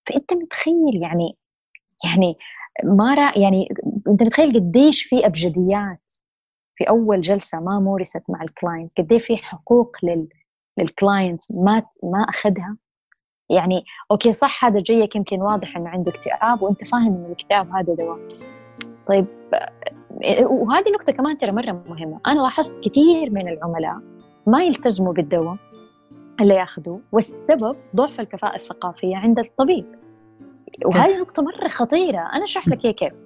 فأنت متخيل يعني ما يعني أنت متخيل قديش في أبجديات في أول جلسة ما مورست مع الكلاينت، قديش في حقوق للكلاينت ما أخذها. يعني أوكي صح، هذا جايك يمكن واضح إنه عنده اكتئاب وأنت فاهم إن الاكتئاب هذا دواء. طيب، وهذه نقطة كمان ترى مرة مهمة. أنا لاحظت كثير من العملاء ما يلتزموا بالدواء اللي ياخذوه، والسبب ضعف الكفاءة الثقافية عند الطبيب. وهذه كيف؟ نقطة مرة خطيرة. أنا أشرح لك هي كيف.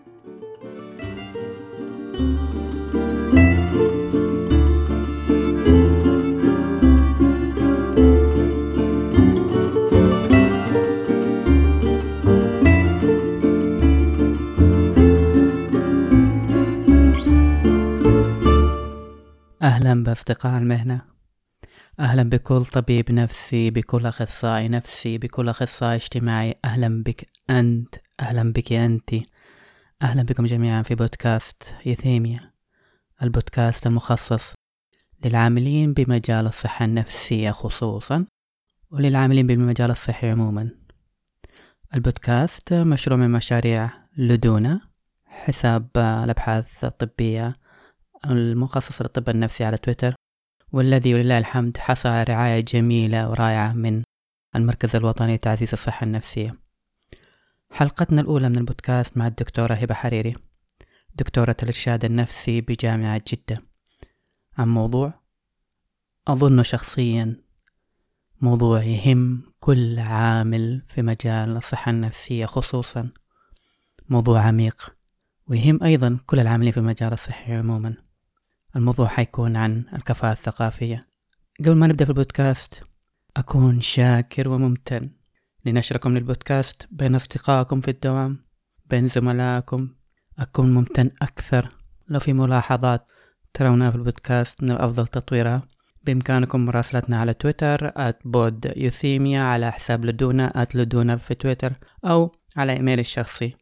أهلا بأصدقاء المهنة، أهلا بكل طبيب نفسي، بكل أخصائي نفسي، بكل أخصائي اجتماعي. أهلا بك أنت، أهلا بك أنت، أهلا بكم جميعا في بودكاست يثيميا، البودكاست المخصص للعاملين بمجال الصحة النفسية خصوصا، وللعاملين بالمجال الصحي عموما. البودكاست مشروع من مشاريع لدونا، حساب الأبحاث الطبية المخصص للطب النفسي على تويتر، والذي ولله الحمد حصل على رعاية جميلة ورائعة من المركز الوطني لتعزيز الصحة النفسية. حلقتنا الأولى من البودكاست مع الدكتورة هبة حريري، دكتورة الإرشاد النفسي بجامعة جدة، عن موضوع أظن شخصيا موضوع يهم كل عامل في مجال الصحة النفسية خصوصا، موضوع عميق ويهم أيضا كل العاملين في المجال الصحي عموما. الموضوع حيكون عن الكفاءة الثقافية. قبل ما نبدأ في البودكاست، أكون شاكر وممتن لنشركم للبودكاست بين أصدقائكم في الدوام، بين زملائكم. أكون ممتن أكثر لو في ملاحظات ترونها في البودكاست من الأفضل تطويرها. بإمكانكم مراسلتنا على تويتر @bodeuthymia، على حساب لدونا @لدونا في تويتر، أو على إيميل الشخصي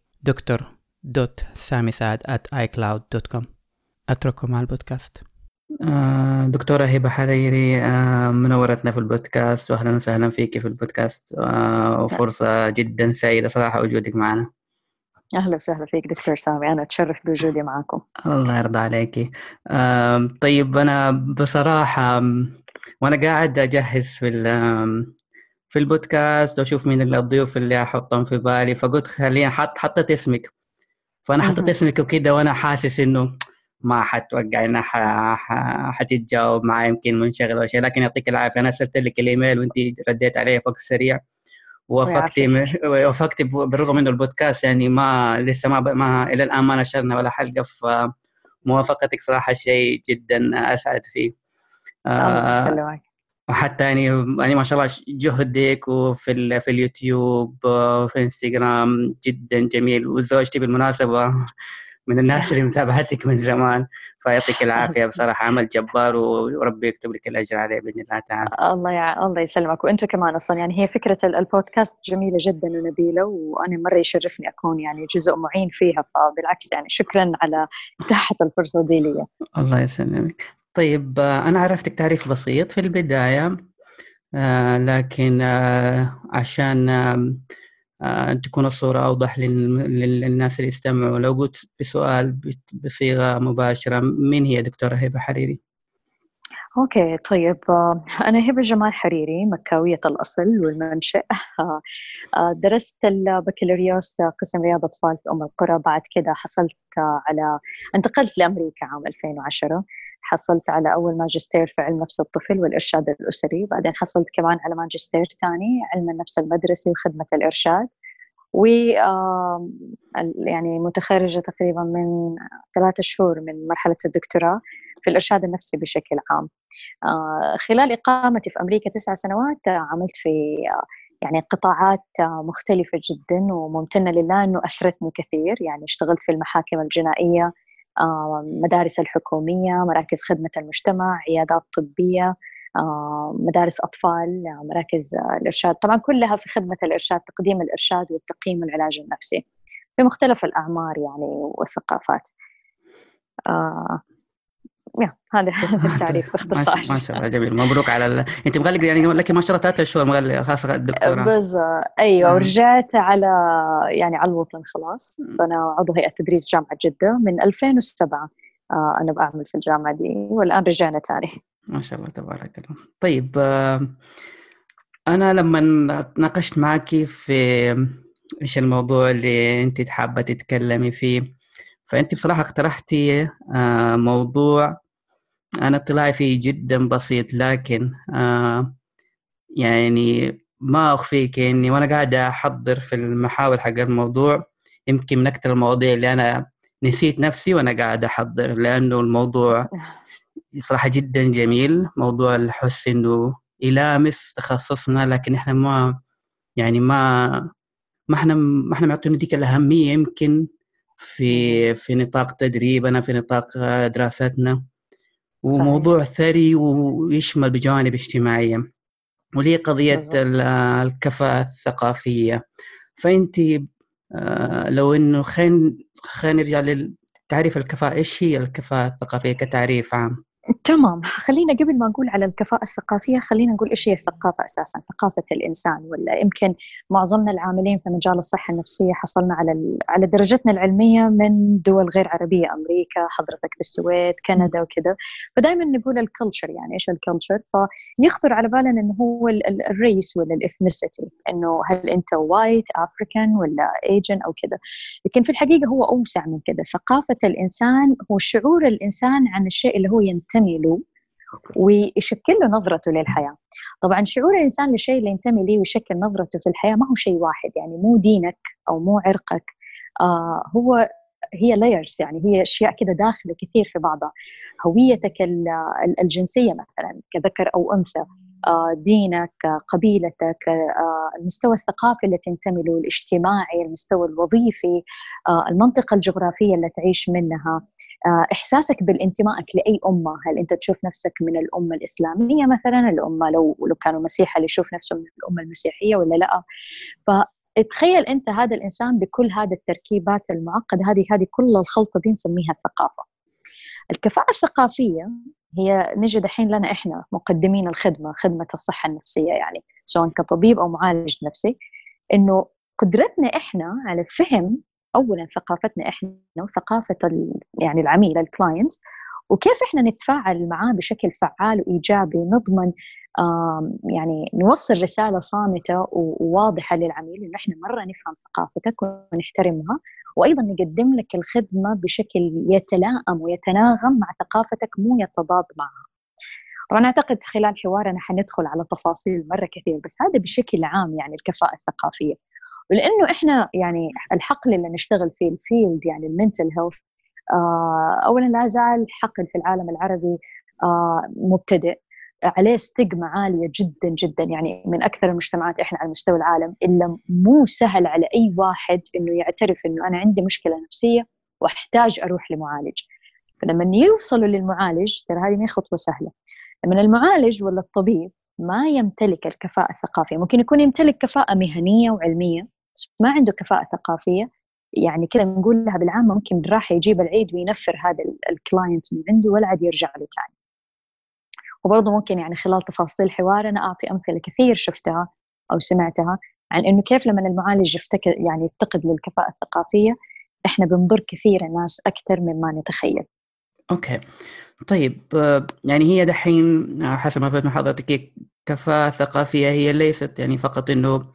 dr.samisad@icloud.com. أترككم مع البودكاست. دكتورة هبة حريري، منورتنا في البودكاست، وأهلا وسهلا فيك في البودكاست، وفرصة جدا سعيدة صراحة وجودك معنا. أهلا وسهلا فيك دكتور سامي، أنا أتشرف بوجودي معكم. الله يرضى عليكي. طيب أنا بصراحة وأنا قاعد أجهز في البودكاست وأشوف مين الضيوف اللي أحطهم في بالي، فقلت خلينا حطت اسمك. فأنا حطيت اسمك وكده، وأنا حاسس إنه ما حتوقع إنها حتتجاوب معي، يمكن منشغل أو شيء، لكن يعطيك العافية. أنا أرسلت لك الإيميل وأنت رديت عليه في وقت سريع، ووافقت بالرغم إنه البودكاست يعني ما لسه ما إلى الآن ما نشرنا ولا حلقة، فموافقتك صراحة شيء جدا أسعد فيه. الله يسلمك. وحتى يعني ما شاء الله جهدك في اليوتيوب وفي انستغرام جدا جميل، وزوجتي بالمناسبة من الناس اللي متابعتك من زمان، فيعطيك العافية. بصراحة عمل جبار، وربي يكتب لك الأجر عليه بإذن الله تعالى. الله يسلمك. وأنتم كمان أصلا يعني هي فكرة البودكاست جميلة جدا ونبيلة، وأنا مرة يشرفني أكون يعني جزء معين فيها، فبالعكس يعني شكرا على إتاحة الفرصة دي لي. الله يسلمك. طيب أنا عرفتك تعريف بسيط في البداية، لكن عشان تكون الصورة أوضح للناس اللي يستمعوا، لو قلت بسؤال بصيغة مباشرة، مين هي دكتورة هبة حريري؟ أوكي طيب، أنا هبة جمال حريري، مكاوية الأصل والمنشأ. درست البكالوريوس قسم رياضة أطفال في أم القرى. بعد كده حصلت انتقلت لأمريكا عام 2010. حصلت على أول ماجستير في علم نفس الطفل والإرشاد الأسري. بعدين حصلت كمان على ماجستير ثاني علم النفس المدرسي وخدمة الإرشاد. و يعني متخرجة تقريبا من 3 شهور من مرحلة الدكتوراه في الإرشاد النفسي بشكل عام. خلال إقامتي في أمريكا 9 سنوات عملت في يعني قطاعات مختلفة جدا، وممتنة لله أنه أثرتني كثير. يعني اشتغلت في المحاكم الجنائية، مدارس الحكومية، مراكز خدمة المجتمع، عيادات طبية، مدارس أطفال، مراكز الإرشاد، طبعا كلها في خدمة الإرشاد، تقديم الإرشاد والتقييم والعلاج النفسي في مختلف الأعمار يعني والثقافات. هذا التعريف باختصار. ما شاء الله جميل، مبروك على انت مغلق يعني لك ما شاء الله 3 شهور مغلق خاصة الدكتوراه. بس ايوه ورجعت على يعني على الوطن خلاص. انا عضو هيئة تدريس جامعة جدة من 2007. انا بعمل في الجامعة دي والان رجعنا تاني. ما شاء الله تبارك الله. طيب انا لما ناقشت معك في ايش الموضوع اللي انت حابة تتكلمي فيه، فانت بصراحة اقترحتي موضوع انا اطلاعي فيه جدا بسيط، لكن يعني ما أخفيك إني وأنا قاعد أحضر في المحاور حق الموضوع يمكن من أكثر المواضيع اللي أنا نسيت نفسي وأنا قاعد أحضر، لأنه الموضوع صراحة جدا جميل. موضوع الحس إنه يلامس تخصصنا، لكن إحنا ما إحنا معطينه ديك الأهمية يمكن في نطاق تدريبنا، في نطاق دراستنا. وموضوع ثري ويشمل بجوانب اجتماعية، ولي قضية الكفاءة الثقافية. فأنت لو إنه خلينا نرجع للتعريف الكفاءة، إيش هي الكفاءة الثقافية كتعريف عام؟ تمام. خلينا قبل ما نقول على الكفاءة الثقافية خلينا نقول إيش هي الثقافة أساساً. ثقافة الإنسان، ولا يمكن معظمنا العاملين في مجال الصحة النفسية حصلنا على درجتنا العلمية من دول غير عربية، أمريكا، حضرتك بالسويد، كندا وكذا. فدائما نقول الكلتشر، يعني إيش الكلتشر؟ فيخطر على بالنا إنه هو الريس ولا الإثنيسيتي، إنه هل أنت وايت أفريكان ولا ايجن أو كذا. لكن في الحقيقة هو أوسع من كذا. ثقافة الإنسان هو شعور الإنسان عن الشيء اللي هو ينتمي له ويشكل له نظرته للحياة. طبعا شعور الإنسان للشيء اللي ينتمي له ويشكل نظرته في الحياة ما هو شيء واحد، يعني مو دينك أو مو عرقك. هي لايرز، يعني هي أشياء كده داخلة كثير في بعضها. هويتك الجنسية مثلا كذكر أو أنثى، دينك، قبيلتك، المستوى الثقافي اللي تنتمي له، الاجتماعي، المستوى الوظيفي، المنطقة الجغرافية اللي تعيش منها، إحساسك بالانتمائك لأي أمة. هل أنت تشوف نفسك من الأمة الإسلامية مثلا، الأمة لو كانوا مسيحة اللي يشوف نفسه من الأمة المسيحية ولا لا. فتخيل أنت هذا الإنسان بكل هذه التركيبات المعقدة، هذه كل الخلطة دي نسميها الثقافة. الكفاءة الثقافية هي نجي دحين لنا إحنا مقدمين خدمة الصحة النفسية، يعني سواء كطبيب أو معالج نفسي، إنه قدرتنا إحنا على فهم أولا ثقافتنا إحنا وثقافة يعني العميل الكلاينت، وكيف إحنا نتفاعل معاه بشكل فعال وإيجابي، نضمن يعني نوصل رسالة صامتة وواضحة للعميل إنه إحنا مرة نفهم ثقافتك ونحترمها، وأيضا نقدم لك الخدمة بشكل يتلائم ويتناغم مع ثقافتك مو يتضاد معها. طبعا أعتقد خلال حوارنا حندخل على تفاصيل مرة كثير، بس هذا بشكل عام يعني الكفاءة الثقافية. ولأنه إحنا يعني الحقل اللي نشتغل فيه الفيلد يعني المنتل هيلث، أولا لا زال حقل في العالم العربي مبتدئ، عليه ستيغما عالية جدا جدا، يعني من أكثر المجتمعات إحنا على مستوى العالم، إلا مو سهل على أي واحد إنه يعترف إنه أنا عندي مشكلة نفسية وأحتاج أروح لمعالج. فلما يوصلوا للمعالج ترى هذه ما خطوة سهلة. لما المعالج ولا الطبيب ما يمتلك الكفاءة الثقافية، ممكن يكون يمتلك كفاءة مهنية وعلمية بس ما عنده كفاءة ثقافية، يعني كده نقول لها بالعامة ممكن راح يجيب العيد وينفر هذا الكلاينت من عنده ولا عاد يرجع له تاني. وبرضه ممكن يعني خلال تفاصيل حوارنا أعطي أمثلة كثير شفتها أو سمعتها عن إنه كيف لما المعالج يفتقد للكفاءة الثقافية إحنا بنضر كثير الناس أكثر مما نتخيل. أوكي طيب، يعني هي دحين حسب ما فهمت من حضرتك كفاءة ثقافية هي ليست يعني فقط إنه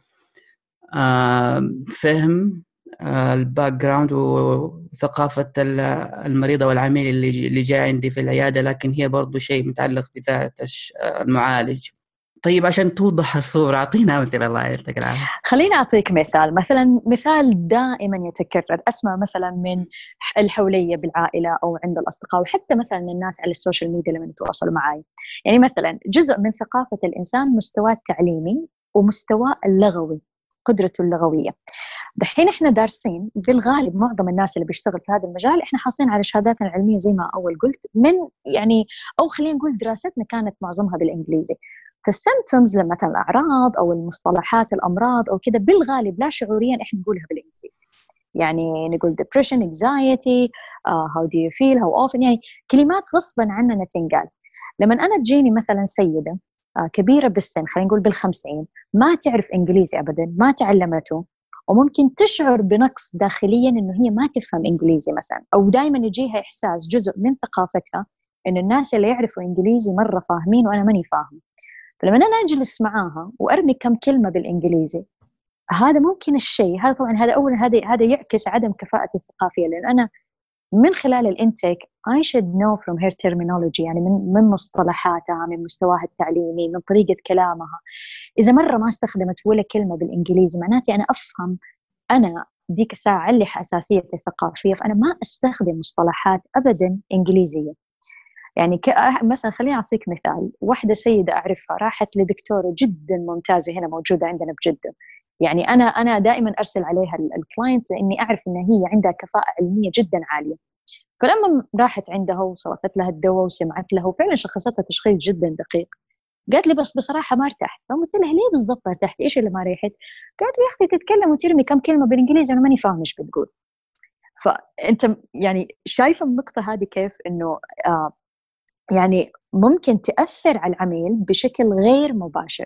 فهم الباك جراوند وثقافة المريض أو العميل اللي جاء عندي في العيادة، لكن هي برضو شيء متعلق بذات المعالج. طيب عشان توضح الصورة أعطينا مثل الله يعطيك العافية. خليني أعطيك مثال دائما يتكرر، أسمع مثلا من الحولية بالعائلة أو عند الأصدقاء وحتى مثلا الناس على السوشيال ميديا لما يتواصلوا معي. يعني مثلا جزء من ثقافة الإنسان مستواه التعليمي ومستواه اللغوي، قدرته اللغوية. دحين إحنا دارسين بالغالب معظم الناس اللي بيشتغل في هذا المجال إحنا حاصلين على شهاداتنا العلمية زي ما أول قلت من يعني، أو خلينا نقول دراستنا كانت معظمها بالإنجليزي. فالسيمتومز مثلا الأعراض أو المصطلحات الأمراض أو كده بالغالب لا شعوريا إحنا نقولها بالإنجليزي. يعني نقول depression, anxiety, how do you feel, how often، يعني كلمات غصبا عننا تنقال. لما أنا تجيني مثلا سيدة كبيرة بالسن، خلينا نقول بالخمسين، ما تعرف إنجليزي أبدا، ما تعلمته، وممكن تشعر بنقص داخليا إنه هي ما تفهم إنجليزي مثلا، أو دائما يجيها إحساس جزء من ثقافتها إنه الناس اللي يعرفوا إنجليزي مرة فاهمين وأنا ماني فاهم. فلما أنا أجلس معاها وأرمي كم كلمة بالإنجليزي، هذا ممكن الشيء هذا طبعا، هذا أولا هذا يعكس عدم كفاءتي الثقافية، لأن أنا من خلال الانتيك I should know from her terminology، يعني من مصطلحاتها، من مستواها التعليمي، من طريقة كلامها. إذا مرة ما استخدمت ولا كلمة بالإنجليزي معناتي أنا أفهم، أنا ديك الساعة علي حساسية ثقافية، فأنا ما أستخدم مصطلحات أبدا إنجليزية. يعني مثلا خليني أعطيك مثال، واحدة سيدة أعرفها راحت لدكتورة جدا ممتازة هنا موجودة عندنا بجدة، يعني أنا دائما أرسل عليها الكلاينت لأني أعرف إن هي عندها كفاءة علمية جدا عالية. فلما راحت عندها وصرفت لها الدواء وسمعت لها وفعلا شخصتها تشخيص جدا دقيق، قالت لي بس بصراحة ما ارتحت. فقلت لها ليه بالضبط ارتحت؟ إيش اللي ما ريحت؟ قالت لي يا أختي تتكلم وترمي كم كلمة بالإنجليزي أنا ماني فاهمة إيش بتقول. فأنت يعني شايفة النقطة هذه كيف إنه يعني ممكن تأثر على العميل بشكل غير مباشر.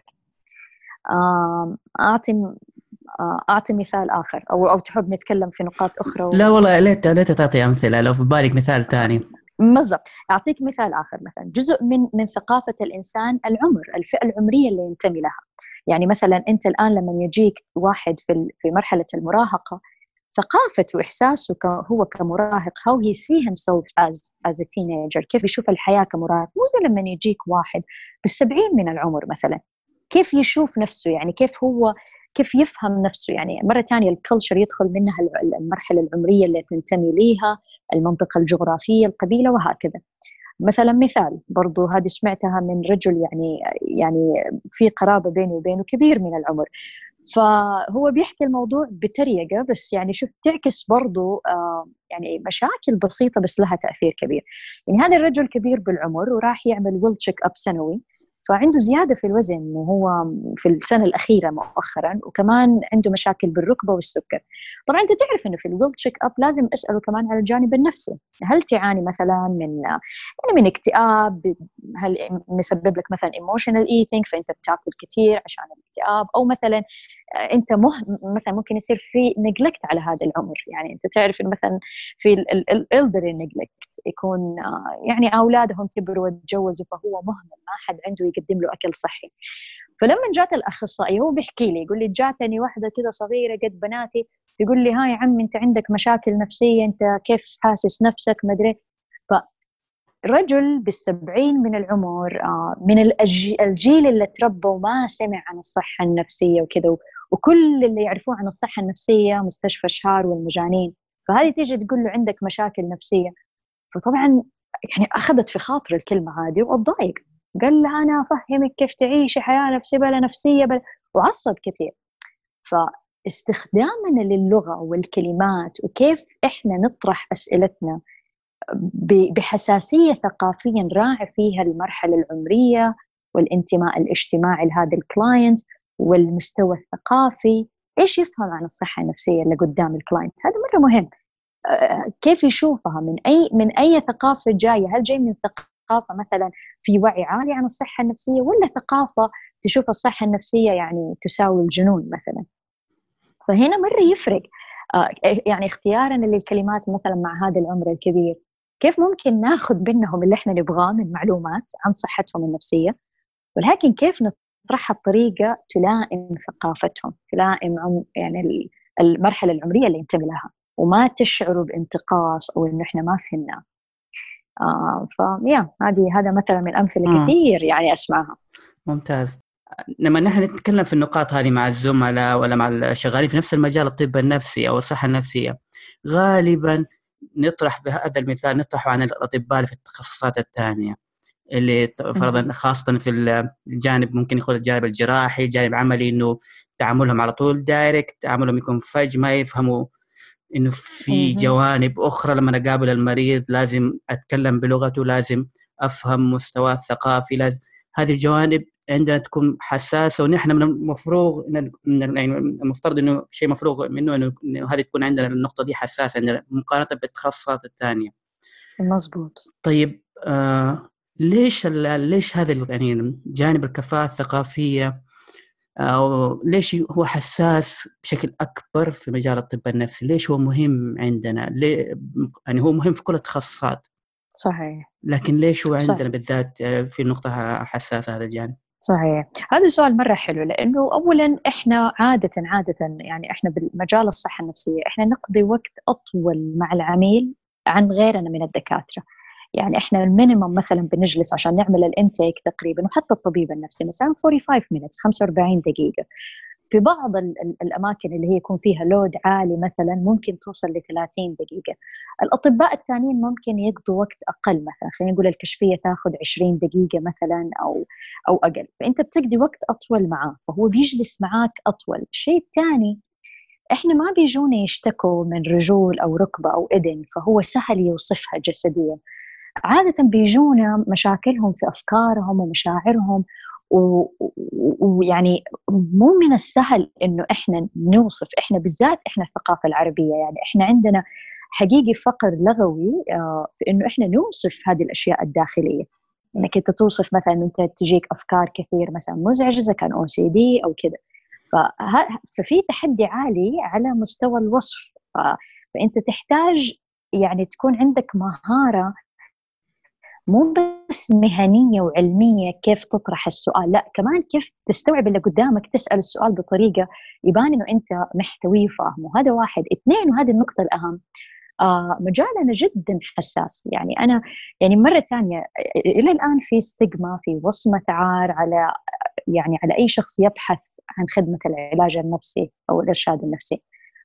أعطي مثال آخر، أو تحب نتكلم في نقاط أخرى لا والله ليت تعطي أمثلة لو في بالك مثال تاني. بالضبط، أعطيك مثال آخر. مثلا جزء من ثقافة الإنسان العمر، الفئة العمرية اللي ينتمي لها. يعني مثلا أنت الآن لما يجيك واحد في مرحلة المراهقة، ثقافته وإحساسه هو كمراهق how he see himself as a teenager، كيف يشوف الحياة كمراهق، مو زي لما يجيك واحد بالسبعين من العمر مثلا، كيف يشوف نفسه، يعني كيف يفهم نفسه. يعني مرة تانية الكلتشر يدخل منها المرحلة العمرية اللي تنتمي ليها، المنطقة الجغرافية، القبيلة، وهكذا. مثلا مثال برضو هذه سمعتها من رجل يعني في قرابة بيني وبينه كبير من العمر، فهو بيحكي الموضوع بطريقة بس يعني شوف تعكس برضو يعني مشاكل بسيطة بس لها تأثير كبير. يعني هذا الرجل كبير بالعمر وراح يعمل ويل تشيك أب سنوي، فعنده زيادة في الوزن وهو في السنة الأخيرة مؤخرا، وكمان عنده مشاكل بالركبة والسكر. طبعا أنت تعرف أنه في الويل تشيك أب لازم أسأله كمان على الجانب النفسي، هل تعاني مثلا من اكتئاب، هل مسبب لك مثلا emotional eating فأنت بتاكل كثير عشان الاكتئاب، أو مثلا انت مثلا ممكن يصير في نجلكت على هذا العمر. يعني انت تعرف انه مثلا في الالدري نجلكت يكون يعني اولادهم كبروا وتجوزوا فهو مهمل، ما حد عنده يقدم له اكل صحي. فلما جات الاخصائي هو بيحكي لي، يقول لي جاتني واحده كده صغيره قد بناتي، يقول لي ها يا عم انت عندك مشاكل نفسيه، انت كيف حاسس نفسك ما ادري. رجل بالسبعين من العمر من الجيل اللي تربى وما سمع عن الصحة النفسية وكذا، وكل اللي يعرفوه عن الصحة النفسية مستشفى شهار والمجانين، فهذه تيجي تقول له عندك مشاكل نفسية. فطبعا يعني أخذت في خاطر الكلمة هذه وأتضايق، قال لها أنا أفهمك كيف تعيشي حياة نفسية بلا نفسية وعصب كثير. فاستخدامنا للغة والكلمات وكيف إحنا نطرح أسئلتنا بحساسية ثقافية نراعي فيها المرحلة العمرية والانتماء الاجتماعي لهذا الكلاينت والمستوى الثقافي، إيش يفهم عن الصحة النفسية اللي قدام الكلاينت، هذا مرة مهم. كيف يشوفها من أي ثقافة جاية، هل جاي من ثقافة مثلا في وعي عالي عن الصحة النفسية، ولا ثقافة تشوف الصحة النفسية يعني تساوي الجنون مثلا. فهنا مرة يفرق يعني اختيارنا للكلمات مثلا مع هذا العمر الكبير، كيف ممكن ناخذ منهم اللي احنا نبغاه من معلومات عن صحتهم النفسية، ولكن كيف نطرحها بطريقة تلائم ثقافتهم، تلائم يعني المرحلة العمرية اللي ينتمي لها، وما تشعروا بانتقاص أو إنه إحنا ما فهمنا. هذا مثلا من أمثلة كثير يعني أسمعها. ممتاز. لما نحن نتكلم في النقاط هذه مع الزملاء ولا مع الشغالين في نفس المجال، الطب النفسي أو الصحة النفسية، غالبا نطرح بهذا المثال نطرحه عن الأطباء في التخصصات الثانية اللي فرضا خاصة في الجانب، ممكن يكون الجانب الجراحي، جانب عملي، إنه تعاملهم على طول دايركت، تعاملهم يكون فج، ما يفهموا إنه في جوانب أخرى. لما أقابل المريض لازم أتكلم بلغته، لازم أفهم مستواه الثقافي، لازم هذه الجوانب عندنا تكون حساسة، ونحن من المفروض يعني المفترض إنه شيء مفروغ منه إنه هذه تكون عندنا النقطة دي حساسة عندنا مقارنة بالتخصصات الثانية. مظبوط. طيب ليش هذا يعني جانب الكفاءة الثقافية أو ليش هو حساس بشكل أكبر في مجال الطب النفسي؟ ليش هو مهم عندنا؟ ليه يعني هو مهم في كل التخصصات، صحيح. لكن ليش هو صح. عندنا بالذات في نقطة حساسة هذا الجانب؟ صحيح، هذا سؤال مرة حلو، لأنه أولا إحنا عادة يعني إحنا بالمجال الصحة النفسية إحنا نقضي وقت أطول مع العميل عن غيرنا من الدكاترة. يعني إحنا المينيمم مثلا بنجلس عشان نعمل الانتيك تقريبا، وحتى الطبيب النفسي مثلا 45 minutes 45 دقيقة. في بعض الأماكن اللي هي يكون فيها لود عالي مثلا ممكن توصل ل 30 دقيقة. الأطباء الثانيين ممكن يقضوا وقت أقل، مثلا خلينا نقول الكشفية تاخذ 20 دقيقة مثلا أو أقل، فأنت بتقضي وقت أطول معاه، فهو بيجلس معاك أطول. الشيء الثاني، إحنا ما بيجونا يشتكوا من رجول أو ركبة أو إذن فهو سهل يوصفها جسديا. عادة بيجونا مشاكلهم في أفكارهم ومشاعرهم، ويعني مو من السهل إنه إحنا نوصف، إحنا بالذات إحنا الثقافة العربية يعني إحنا عندنا حقيقي فقر لغوي في إنه إحنا نوصف هذه الأشياء الداخلية. إنك أنت توصف مثلا أنت تجيك أفكار كثير مثلا مزعجة إذا كان OCD أو كذا، ففي تحدي عالي على مستوى الوصف. فأنت تحتاج يعني تكون عندك مهارة مو بس مهنية وعلمية كيف تطرح السؤال، لا كمان كيف تستوعب اللي قدامك، تسأل السؤال بطريقة يبان إنه أنت محتويه وفاهمه. هذا واحد. اثنين، وهذه النقطة الأهم، مجالنا جدا حساس. يعني أنا يعني مرة ثانية إلى الآن في ستيغما، في وصمة عار على يعني على أي شخص يبحث عن خدمة العلاج النفسي أو الإرشاد النفسي.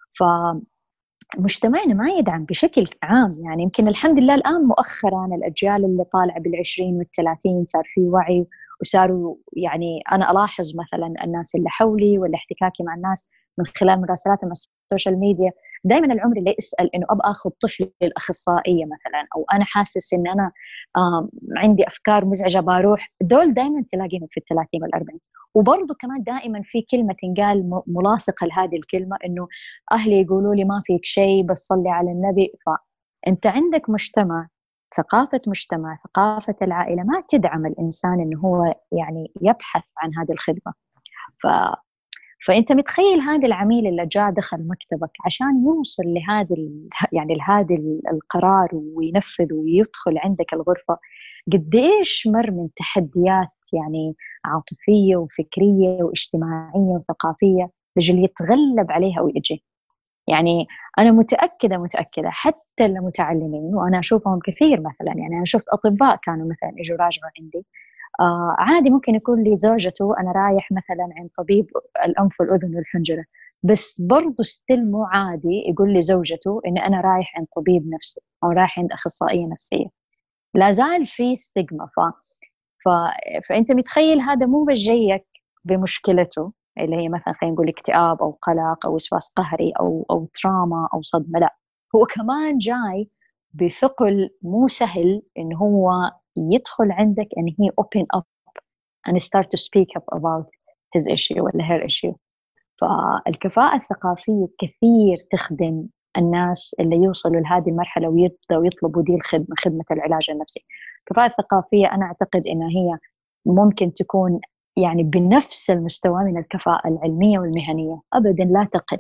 فمجتمعنا ما يدعم بشكل عام. يعني يمكن الحمد لله الآن مؤخرا الأجيال اللي طالعة بالعشرين والثلاثين صار في وعي، وصاروا يعني أنا ألاحظ مثلا الناس اللي حولي ولا احتكاكي مع الناس من خلال مراسلات مع السوشيال ميديا، دائما العمر اللي يسأل إنه أبغى أخذ طفلي للأخصائية مثلا، أو أنا حاسس إن أنا عندي أفكار مزعجة بروح، دول دائما تلاقيهم في الثلاثين والأربعين. وبرضه كمان دائما في كلمة تنقال ملاصقة لهذه الكلمة، إنه أهلي يقولوا لي ما فيك شيء بس صلي على النبي. فأنت عندك مجتمع، ثقافة مجتمع، ثقافة العائلة ما تدعم الإنسان إنه هو يعني يبحث عن هذه الخدمة. ف... فأنت متخيل هذا العميل اللي جاء دخل مكتبك عشان يوصل يعني لهذا القرار وينفذ ويدخل عندك الغرفة، قديش مر من تحديات يعني عاطفية وفكرية واجتماعية وثقافية لجل يتغلب عليها ويجي. يعني أنا متأكدة حتى المتعلمين، وأنا أشوفهم كثير مثلا، يعني أنا شفت أطباء كانوا مثلا يجوا راجعوا عندي عادي ممكن يكون لي زوجته أنا رايح مثلا عند طبيب الأنف والأذن والحنجرة، بس برضو ستيل مو عادي يقول لي زوجته إن أنا رايح عند طبيب نفسي أو رايح عند أخصائية نفسية. لا زال في ستيغما. ف... فأنت متخيل هذا مو بس جايك بمشكلته اللي هي مثلا خلينا نقول اكتئاب أو قلق أو وسواس قهري أو تراما أو صدمة، لا هو كمان جاي بثقل مو سهل إن هو يدخل عندك and he open up and start to speak up about his issue ولا her issue. فالكفاءة الثقافية كثير تخدم الناس اللي يوصلوا لهذه المرحلة ويبدأوا يطلبوا دي الخدمة، خدمة العلاج النفسي. الكفاءة الثقافية أنا أعتقد إنها هي ممكن تكون يعني بنفس المستوى من الكفاءة العلمية والمهنية، أبدا لا تقل.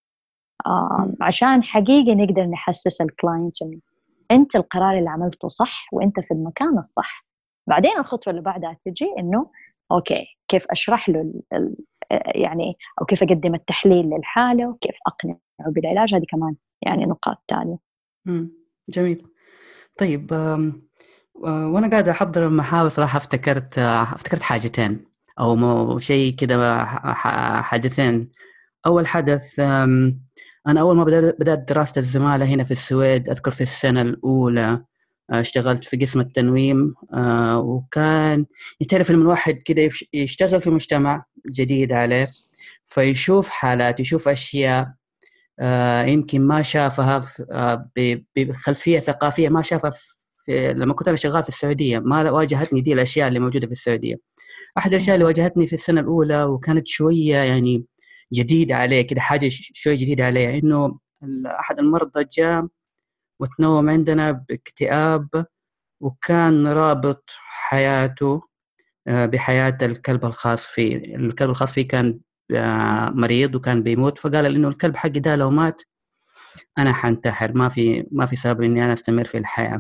عشان حقيقة نقدر نحسس الكلاينت إنه أنت القرار اللي عملته صح وأنت في المكان الصح. بعدين الخطوة اللي بعدها تجي إنه أوكي كيف أشرح له يعني أو كيف أقدم التحليل للحالة وكيف أقنعه بالعلاج. هذه كمان يعني نقاط تانية. جميل. طيب وأنا قاعد أحضر المحاور صراحة افتكرت حاجتين أو شيء كده، حدثين. أول حدث، أنا أول ما بدأت دراسة الزمالة هنا في السويد، أذكر في السنة الأولى اشتغلت في قسم التنويم، وكان تعرف لما الواحد كده يشتغل في مجتمع جديد عليه، فيشوف حالات، يشوف أشياء يمكن ما شافها بخلفية ثقافية ما شافها لما كنت أنا شغال في السعودية ما واجهتني دي الأشياء اللي موجودة في السعودية. أحد الأشياء اللي واجهتني في السنة الأولى وكانت شوية يعني جديدة علي كده، حاجة شوية جديدة علي، إنه أحد المرضى جاء وتنوم عندنا باكتئاب، وكان رابط حياته بحياة الكلب الخاص فيه. الكلب الخاص فيه كان مريض وكان بيموت، فقال إنه الكلب حقي ده لو مات أنا حنتحر، ما في سبب إني أنا أستمر في الحياة.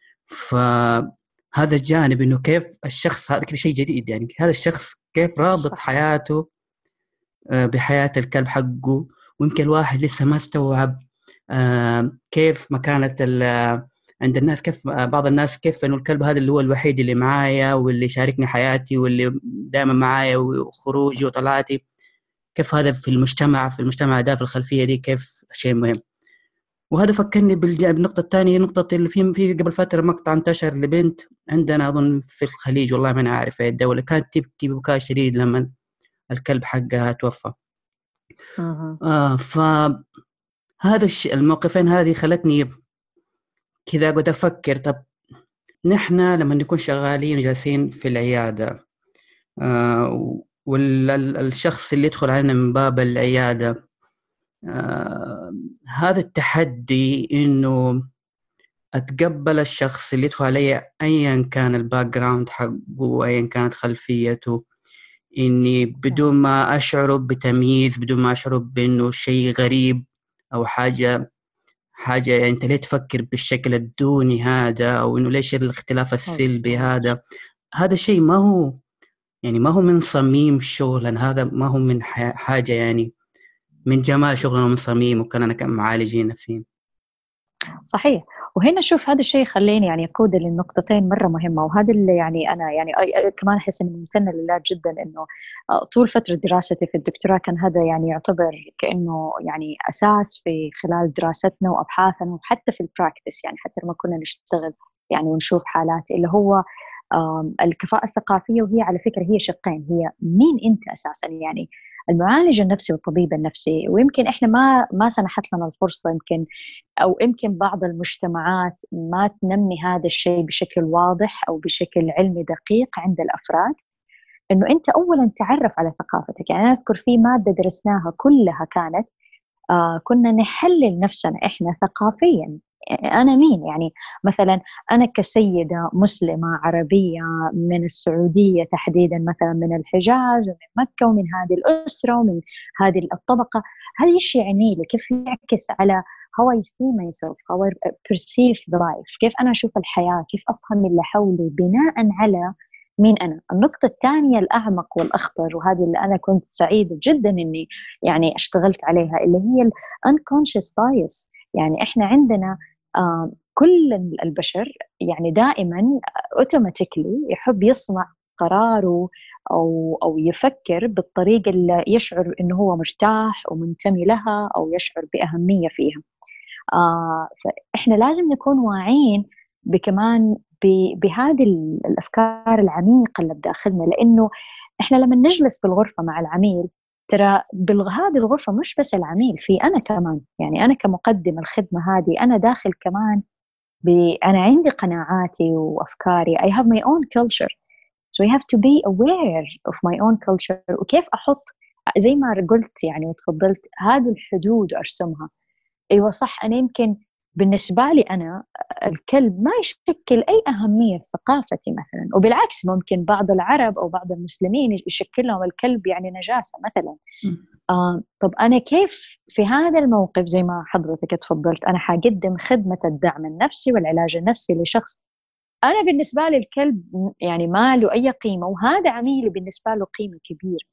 فهذا الجانب إنه كيف الشخص هذا كده شيء جديد، يعني هذا الشخص كيف رابط حياته بحياة الكلب حقه. ويمكن الواحد لسه ما استوعب كيف مكانة عند الناس، كيف بعض الناس كيف إنه الكلب هذا اللي هو الوحيد اللي معايا واللي شاركني حياتي واللي دائما معايا وخروجي وطلعاتي، كيف هذا في المجتمع ده في الخلفية دي كيف شيء مهم. وهذا فكرني بالنقطة الثانية، نقطة اللي في قبل فترة مقطع انتشر لبنت عندنا أظن في الخليج، والله ما أنا عارف أي الدولة، كانت تبكي بكاء شديد لما الكلب حقها توفى. فهذا الموقفين هذه خلتني كذا قد أفكر، طب نحن لما نكون شغالين جالسين في العيادة والشخص اللي يدخل علينا من باب العيادة، هذا التحدي إنه أتقبل الشخص اللي يدخل علي أيا كان الباك جراوند حقه وأيا كانت خلفيته، إني بدون ما أشعر بتمييز، بدون ما أشعر بأنه شيء غريب أو حاجة يعني أنت ليه تفكر بالشكل الدوني هذا، أو إنه ليش الاختلاف السلبي هذا شيء ما هو من صميم شغلنا، هذا ما هو من حاجة يعني من جمال شغلنا ومن صميم وكاننا كمعالجين نفسيين. صحيح. وهنا شوف هذا الشيء خليني يعني أقود للنقطتين مرة مهمة، وهذا اللي يعني أنا يعني كمان أحس إني ممتنة لله جدا إنه طول فترة دراستي في الدكتوراه كان هذا يعني يعتبر كأنه يعني أساس في خلال دراستنا وأبحاثنا وحتى في البراكتس، يعني حتى لما كنا نشتغل يعني ونشوف حالات اللي هو الكفاءة الثقافية. وهي على فكرة هي شقين، هي مين أنت أساسا، يعني المعالج النفسي والطبيب النفسي. ويمكن إحنا ما سنحت لنا الفرصة يمكن بعض المجتمعات ما تنمي هذا الشيء بشكل واضح أو بشكل علمي دقيق عند الأفراد، إنه أنت أولا تعرف على ثقافتك. يعني أنا أذكر في مادة درسناها كلها كانت كنا نحلل نفسنا إحنا ثقافيا، أنا مين، يعني مثلا أنا كسيدة مسلمة عربية من السعودية تحديدا، مثلا من الحجاز ومن مكة ومن هذه الأسرة ومن هذه الطبقة، هذا إيش يعني لي؟ كيف يعكس على how I see myself, how I perceive the life، كيف أنا أشوف الحياة، كيف أفهم اللي حولي بناء على مين أنا. النقطة الثانية الأعمق والأخطر، وهذه اللي أنا كنت سعيدة جدا إني يعني اشتغلت عليها، اللي هي ال unconscious bias. يعني إحنا عندنا كل البشر يعني دائما اوتوماتيكلي يحب يصنع قراره أو يفكر بالطريقة اللي يشعر إنه هو مرتاح ومنتمي لها أو يشعر بأهمية فيها. فإحنا لازم نكون واعيين بكمان بهذه الأفكار العميقة اللي بداخلنا، لأنه إحنا لما نجلس بالغرفة مع العميل، ترى هذه الغرفة مش بس العميل، في أنا كمان، يعني أنا كمقدم الخدمة هذه أنا داخل كمان أنا عندي قناعاتي وأفكاري. I have my own culture, so I have to be aware of my own culture. وكيف أحط زي ما قلت يعني وتفضلت هذه الحدود وأرسمها. أيوة صح، أنا يمكن بالنسبة لي أنا الكلب ما يشكل أي أهمية في ثقافتي مثلا، وبالعكس ممكن بعض العرب أو بعض المسلمين يشكل لهم الكلب يعني نجاسة مثلا. طب أنا كيف في هذا الموقف زي ما حضرتك تفضلت أنا حقدم خدمة الدعم النفسي والعلاج النفسي لشخص أنا بالنسبة لي الكلب يعني ما له أي قيمة، وهذا عميلي بالنسبة له قيمة كبيرة.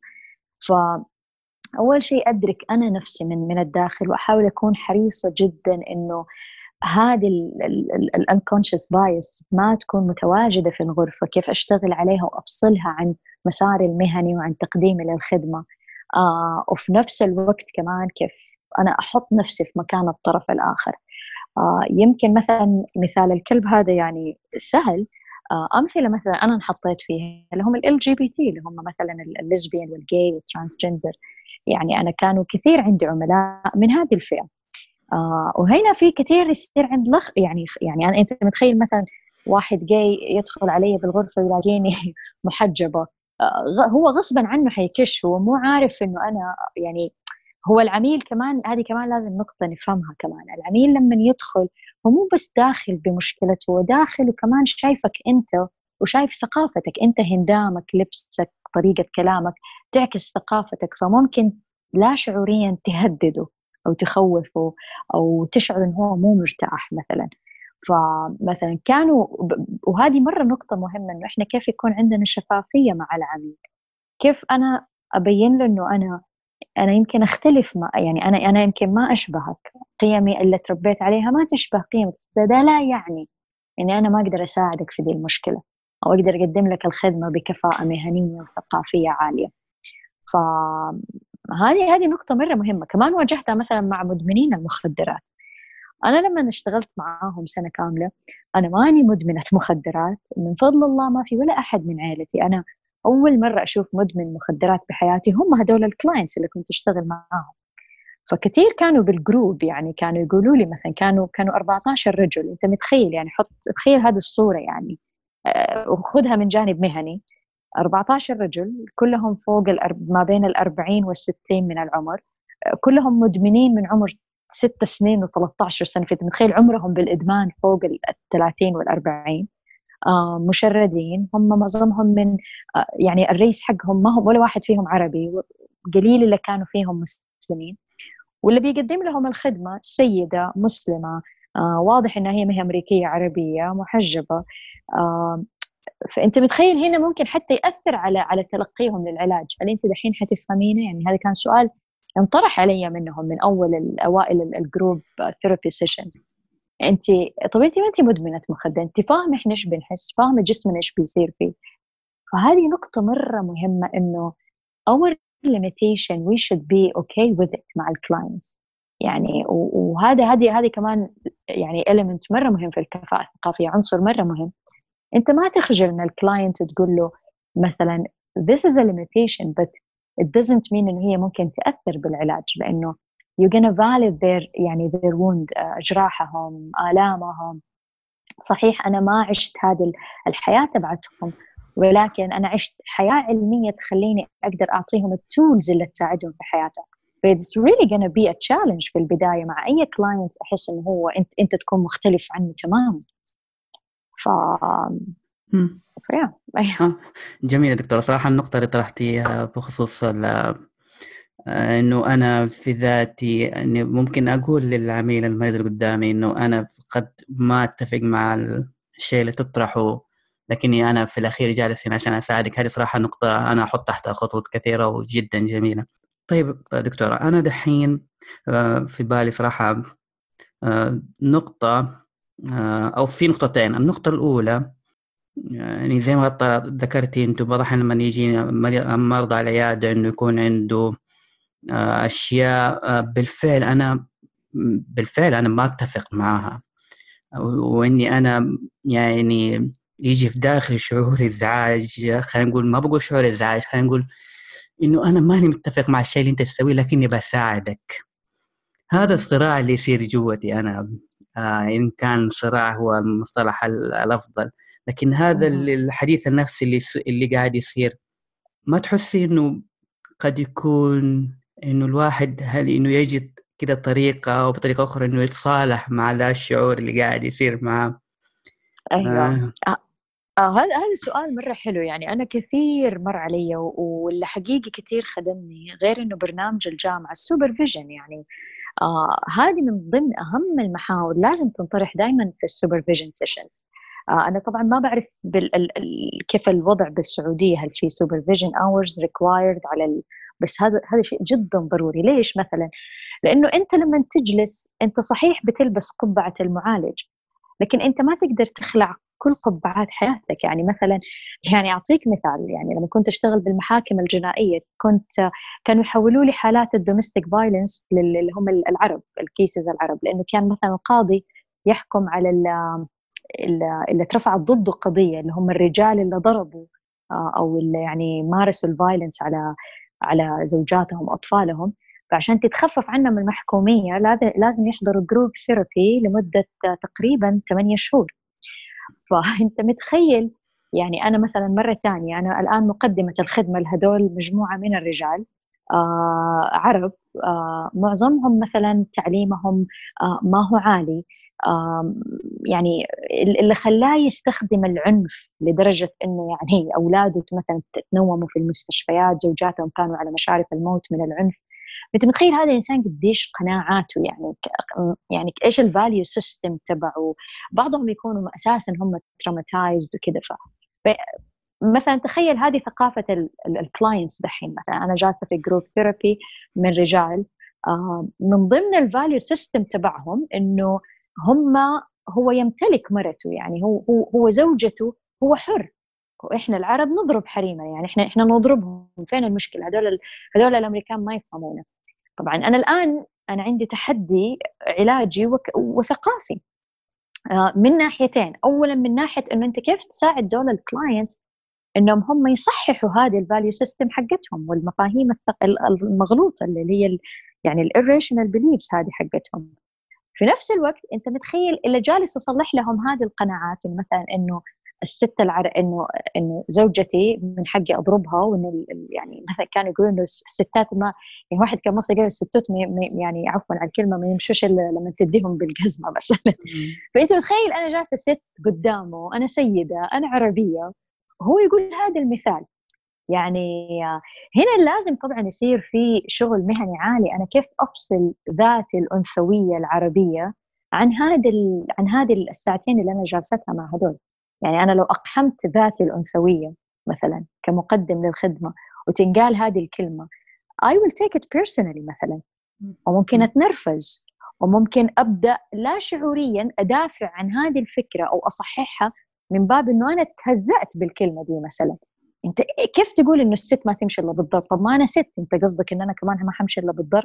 أول شيء أدرك أنا نفسي من الداخل، وأحاول أكون حريصة جدا إنه هذه ال unconscious bias ما تكون متواجدة في الغرفة، كيف أشتغل عليها وأفصلها عن مساري المهني وعن تقديمي للخدمة. وفي نفس الوقت كمان كيف أنا أحط نفسي في مكان الطرف الآخر. يمكن مثلا مثال الكلب هذا يعني سهل، أمثلة مثلا أنا انحطيت فيها اللي هم ال LGBT اللي هم مثلا الليزبيان والجاي والترانسجندر. يعني أنا كانوا كثير عندي عملاء من هذه الفئة، وهنا في كثير يصير عند يعني أنت متخيل مثلا واحد جاي يدخل علي بالغرفة يلاقيني محجبة، هو غصبا عنه حيكش، هو مو عارف إنه أنا يعني. هو العميل كمان، هذه كمان لازم نقطة نفهمها كمان. العميل لما يدخل هو مو بس داخل بمشكلته، هو داخل وكمان شايفك أنت وشايف ثقافتك أنت، هندامك، لبسك، طريقة كلامك تعكس ثقافتك، فممكن لا شعوريا تهدده أو تخوفه أو تشعر إنه هو مو مرتاح مثلا. فمثلا كانوا وهذه مرة نقطة مهمة، إنه إحنا كيف يكون عندنا شفافية مع العميل. كيف أنا أبين له إنه أنا يمكن أختلف مع، يعني أنا يمكن ما أشبهك، قيمي اللي تربيت عليها ما تشبه قيمك، ده لا يعني إني أنا ما أقدر أساعدك في دي المشكلة، أو أقدر أقدم لك الخدمة بكفاءة مهنية وثقافية عالية. فهذه نقطة مرة مهمة. كمان واجهتها مثلا مع مدمنين المخدرات. أنا لما اشتغلت معاهم سنة كاملة، أنا ماني مدمنة مخدرات من فضل الله، ما في ولا أحد من عائلتي. أنا أول مرة أشوف مدمن مخدرات بحياتي هم هدول الكلاينتس اللي كنت أشتغل معاهم. فكتير كانوا بالجروب، يعني كانوا يقولوا لي مثلا كانوا 14 رجل. أنت متخيل يعني؟ تخيل هذه الصورة يعني، وخذها من جانب مهني. 14 رجل كلهم فوق ما بين 40 والستين من العمر، كلهم مدمنين من عمر 6 سنين و13 سنة. فأنت متخيل عمرهم بالإدمان فوق 30 وال40. مشردين هم معظمهم من يعني الرئيس حقهم ما هو ولا واحد فيهم عربي، قليل اللي كانوا فيهم مسلمين. واللي بيقدم لهم الخدمة سيدة مسلمة، واضح إنها هي أمريكية عربية محجبة. آه فأنت متخيل هنا ممكن حتى يأثر على تلقيهم للعلاج. هل أنت دحين حتفهمينه؟ يعني هذا كان سؤال انطرح علي منهم من أوائل الجروب ثيرابي سيشنز. أنت طب أنت ما أنت مدمنة مخدر، أنت فاهمة إحنا إيش بنحس، فاهمة جسمنا إيش بيصير فيه. فهذه نقطة مرة مهمة، إنه our limitation we should be okay with it مع الكلاينتس. يعني هذه كمان يعني element مرة مهم في الكفاءة الثقافية، عنصر مرة مهم. انت ما تخجل من الكلاينت وتقول له مثلا this is a limitation but it doesn't mean ان هي ممكن تأثر بالعلاج، لانه you're gonna validate their wound، جراحهم، آلامهم. صحيح انا ما عشت هذه الحياة تبعتهم، ولكن انا عشت حياة علمية تخليني اقدر اعطيهم التولز اللي تساعدهم في حياتهم. It's really gonna be a challenge في البداية مع اي كلاينت احس انه هو انت تكون مختلف عنه تماما. ف أيوه. جميلة دكتورة. صراحة النقطة اللي طرحتيها بخصوص إنه أنا في ذاتي، إني ممكن أقول للعميل المريض اللي قدامي إنه أنا قد ما أتفق مع الشيء اللي تطرحه، لكني أنا في الأخير جالس هنا عشان أساعدك. هذه صراحة نقطة أنا أحط تحتها خطوط كثيرة وجدا جميلة. طيب دكتورة، أنا دحين في بالي صراحة نقطة أو في نقطتين. النقطة الأولى، يعني زي ما ذكرتي أنتم، واضح لما يجي مرضى على العيادة إنه يكون عنده أشياء بالفعل أنا ما أتفق معها، وإني أنا يعني يجي في داخل شعور إزعاج. خلينا نقول، ما بقول شعور إزعاج، خلينا نقول إنه أنا ماني متفق مع الشيء اللي أنت تسويه لكني بساعدك. هذا الصراع اللي يصير جوتي أنا، إن كان صراع هو المصطلح الأفضل، لكن هذا الحديث النفسي اللي قاعد يصير، ما تحسي إنه قد يكون إنه الواحد هل إنه يجد كده طريقة أو بطريقة أخرى إنه يتصالح مع ذا الشعور اللي قاعد يصير معه؟ أيوة. هذا سؤال مرة حلو. يعني أنا كثير مر علي واللي حقيقي كثير خدمني، غير إنه برنامج الجامعة السوبرفيجن. يعني هذه من ضمن أهم المحاور لازم تنطرح دائما في السوبرفيجن سيشنز. أنا طبعا ما بعرف كيف الوضع بالسعودية، هل في سوبرفيجن اورز ريكوايرد بس هذا شيء جدا ضروري. ليش مثلا؟ لأنه أنت لما تجلس أنت صحيح بتلبس قبعة المعالج، لكن أنت ما تقدر تخلع كل قبعات حياتك. يعني مثلا، يعني أعطيك مثال، يعني لما كنت أشتغل بالمحاكم الجنائية كانوا يحولوا لي حالات الدوميستيك فايلنس اللي هم العرب، الكيسز العرب، لأنه كان مثلا القاضي يحكم على اللي اترفعت ضده قضية، اللي هم الرجال اللي ضربوا أو اللي يعني مارسوا الفايلنس على زوجاتهم وأطفالهم. فعشان تتخفف عنهم المحكومية لازم يحضروا جروب ثيرابي لمدة تقريبا 8 شهور. فأنت متخيل يعني أنا مثلا مرة تانية أنا الآن مقدمة الخدمة لهدول مجموعة من الرجال عرب، معظمهم مثلا تعليمهم ما هو عالي، يعني اللي خلاه يستخدم العنف لدرجة إنه يعني أولاده مثلا تنوموا في المستشفيات، زوجاتهم كانوا على مشارف الموت من العنف. انت متخيل هذا الانسان قديش قناعاته، يعني يعني ايش الفاليو سيستم تبعه. بعضهم يكونوا اساسا هم تروماتايزد وكذا. مثلا تخيل هذه ثقافه الكلاينتس دحين. مثلا انا جالسه في جروب ثيرابي من رجال، من ضمن الفاليو سيستم تبعهم انه هم هو يمتلك مرته، يعني هو زوجته، هو حر. واحنا العرب نضرب حريمنا، يعني احنا نضربهم. فين المشكله؟ هذول الامريكان ما يفهمونا. طبعا انا الان انا عندي تحدي علاجي وثقافي من ناحيتين. اولا من ناحيه انه انت كيف تساعد دول الكلاينتس انهم هم يصححوا هذه الفاليو سيستم حقتهم والمفاهيم المغلوطه اللي هي يعني الirrational beliefs هذه حقتهم. في نفس الوقت انت متخيل اللي جالس يصلح لهم هذه القناعات، مثلا انه الست انه زوجتي من حقي اضربها، وانه يعني مثلا كانوا يقولوا انه الستات ما، يعني واحد كان مصري قال الستات يعني عفوا على الكلمه ما يمشوش الا لما تديهم بالجزمه مثلا. فانت متخيل انا جالسه ست قدامه، انا سيده، انا عربيه، هو يقول هذا المثال. يعني هنا لازم طبعا يصير في شغل مهني عالي. انا كيف افصل ذاتي الانثويه العربيه عن هذه الساعتين اللي انا جالستها مع هدول. يعني انا لو اقحمت ذاتي الانثويه مثلا كمقدم للخدمه وتنقال هذه الكلمه I will take it personally مثلا، وممكن اتنرفز، وممكن ابدا لا شعوريا ادافع عن هذه الفكره او اصححها من باب انه انا تهزأت بالكلمه دي مثلا. انت كيف تقول انه الست ما تمشي الا بالضرب؟ طب ما انا ست، انت قصدك ان انا كمان ما حمشي الا بالضرب؟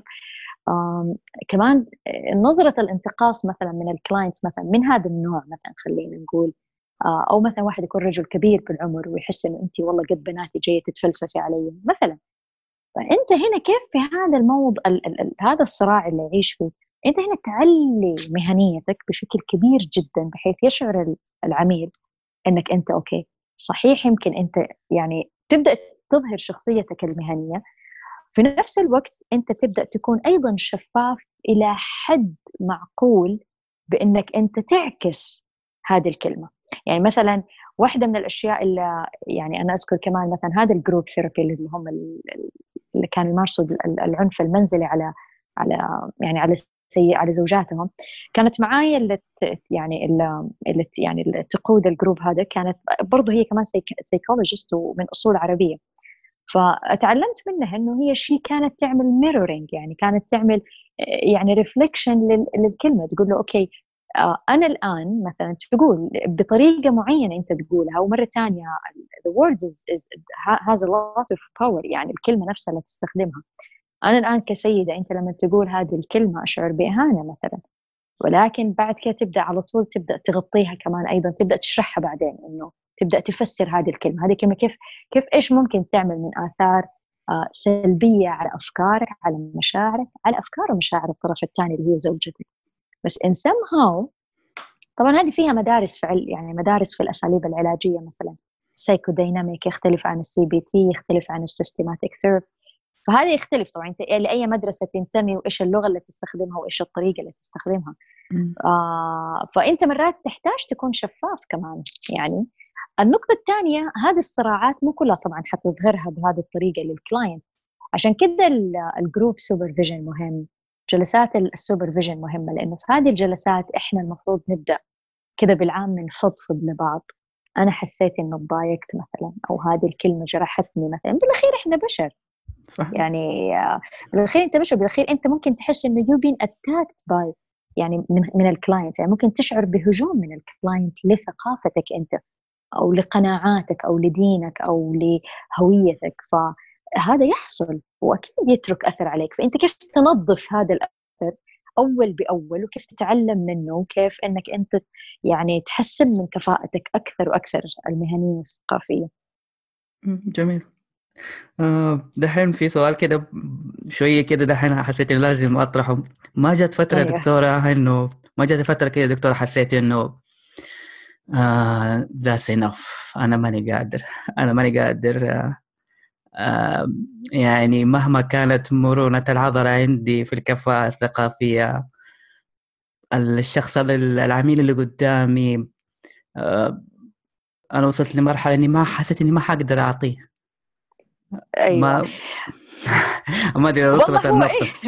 كمان نظره الانتقاص مثلا من الكلاينتس مثلا من هذا النوع، مثلا خلينا نقول او مثلا واحد يكون رجل كبير بالعمر ويحس انه انت والله قد بناتي جايه تتفلسفي علي مثلا. فانت هنا كيف في هذا الموضوع هذا الصراع اللي يعيش فيه، انت هنا تعلي مهنيتك بشكل كبير جدا بحيث يشعر العميل انك انت اوكي صحيح. يمكن انت يعني تبدا تظهر شخصيتك المهنيه، في نفس الوقت انت تبدا تكون ايضا شفاف الى حد معقول بانك انت تعكس هذه الكلمه. يعني مثلا واحده من الاشياء اللي يعني انا اذكر كمان مثلا هذا الجروب ثيرابي اللي هم اللي كانوا يمارسوا العنف المنزلي على على زوجاتهم، كانت معايا اللي تقود الجروب هذا، كانت برضه هي كمان سيكولوجيست ومن اصول عربيه. فتعلمت منها انه هي شيء كانت تعمل ميرورينج، يعني كانت تعمل يعني ريفليكشن للكلمه، تقول له اوكي انا الان مثلا تقول بطريقه معينه انت تقولها، ومره ثانيه the words has a lot of power، يعني الكلمه نفسها اللي تستخدمها. انا الان كسيده انت لما تقول هذه الكلمه اشعر باهانه مثلا، ولكن بعد كده تبدا على طول تبدا تغطيها كمان، ايضا تبدا تشرحها بعدين، انه تبدا تفسر هذه الكلمه كيف ايش ممكن تعمل من اثار سلبيه على افكارك، على مشاعرك، على افكار ومشاعر الطرف الثاني اللي هي زوجتك. بس ان somehow طبعا هذه فيها مدارس يعني مدارس في الاساليب العلاجيه، مثلا السايكوديناميك يختلف عن الCBT، يختلف عن السيستماتيك ثيرابي. فهذا يختلف طبعا انت لاي مدرسه تنتمي، وايش اللغه اللي تستخدمها، وايش الطريقه اللي تستخدمها. فانت مرات تحتاج تكون شفاف كمان. يعني النقطه الثانيه، هذه الصراعات مو كلها طبعا حتظهرها بهذه الطريقه للكلاينت، عشان كده الجروب سوبرفيجن مهم، جلسات السوبرفيجن مهمه، لانه في هذه الجلسات احنا المفروض نبدا كده بالعام نفضفض لبعض. انا حسيت انه تضايقت مثلا، او هذه الكلمه جرحتني مثلا. بالاخير احنا بشر، صح. يعني بالاخير انت بشر، بالاخير انت ممكن تحس انه يو بين اتاكت باي يعني من الكلاينت، يعني ممكن تشعر بهجوم من الكلاينت لثقافتك انت، او لقناعاتك، او لدينك، او لهويتك. فهذا يحصل واكيد يترك اثر عليك. فانت كيف تنظف هذا الاثر اول باول، وكيف تتعلم منه، وكيف انك انت يعني تحسن من كفاءتك اكثر واكثر المهنيه والثقافيه. جميل. دحين في سؤال كده شوية كده، دحين حسيت إنه لازم أطرحه. ما جت فترة أيوة. دكتورة إنه ما جت فترة كده دكتورة حسيت إنه that's enough. أنا ماني قادر. أنا ماني قادر. آه يعني مهما كانت مرونة العضلة عندي في الكفاءة الثقافية، الشخص العميل اللي قدامي، آه أنا وصلت لمرحلة إني ما حسيت إني ما حقدر أعطيه. ايوه ما ما أدري إذا والله وصلت هو ايه. النقطة.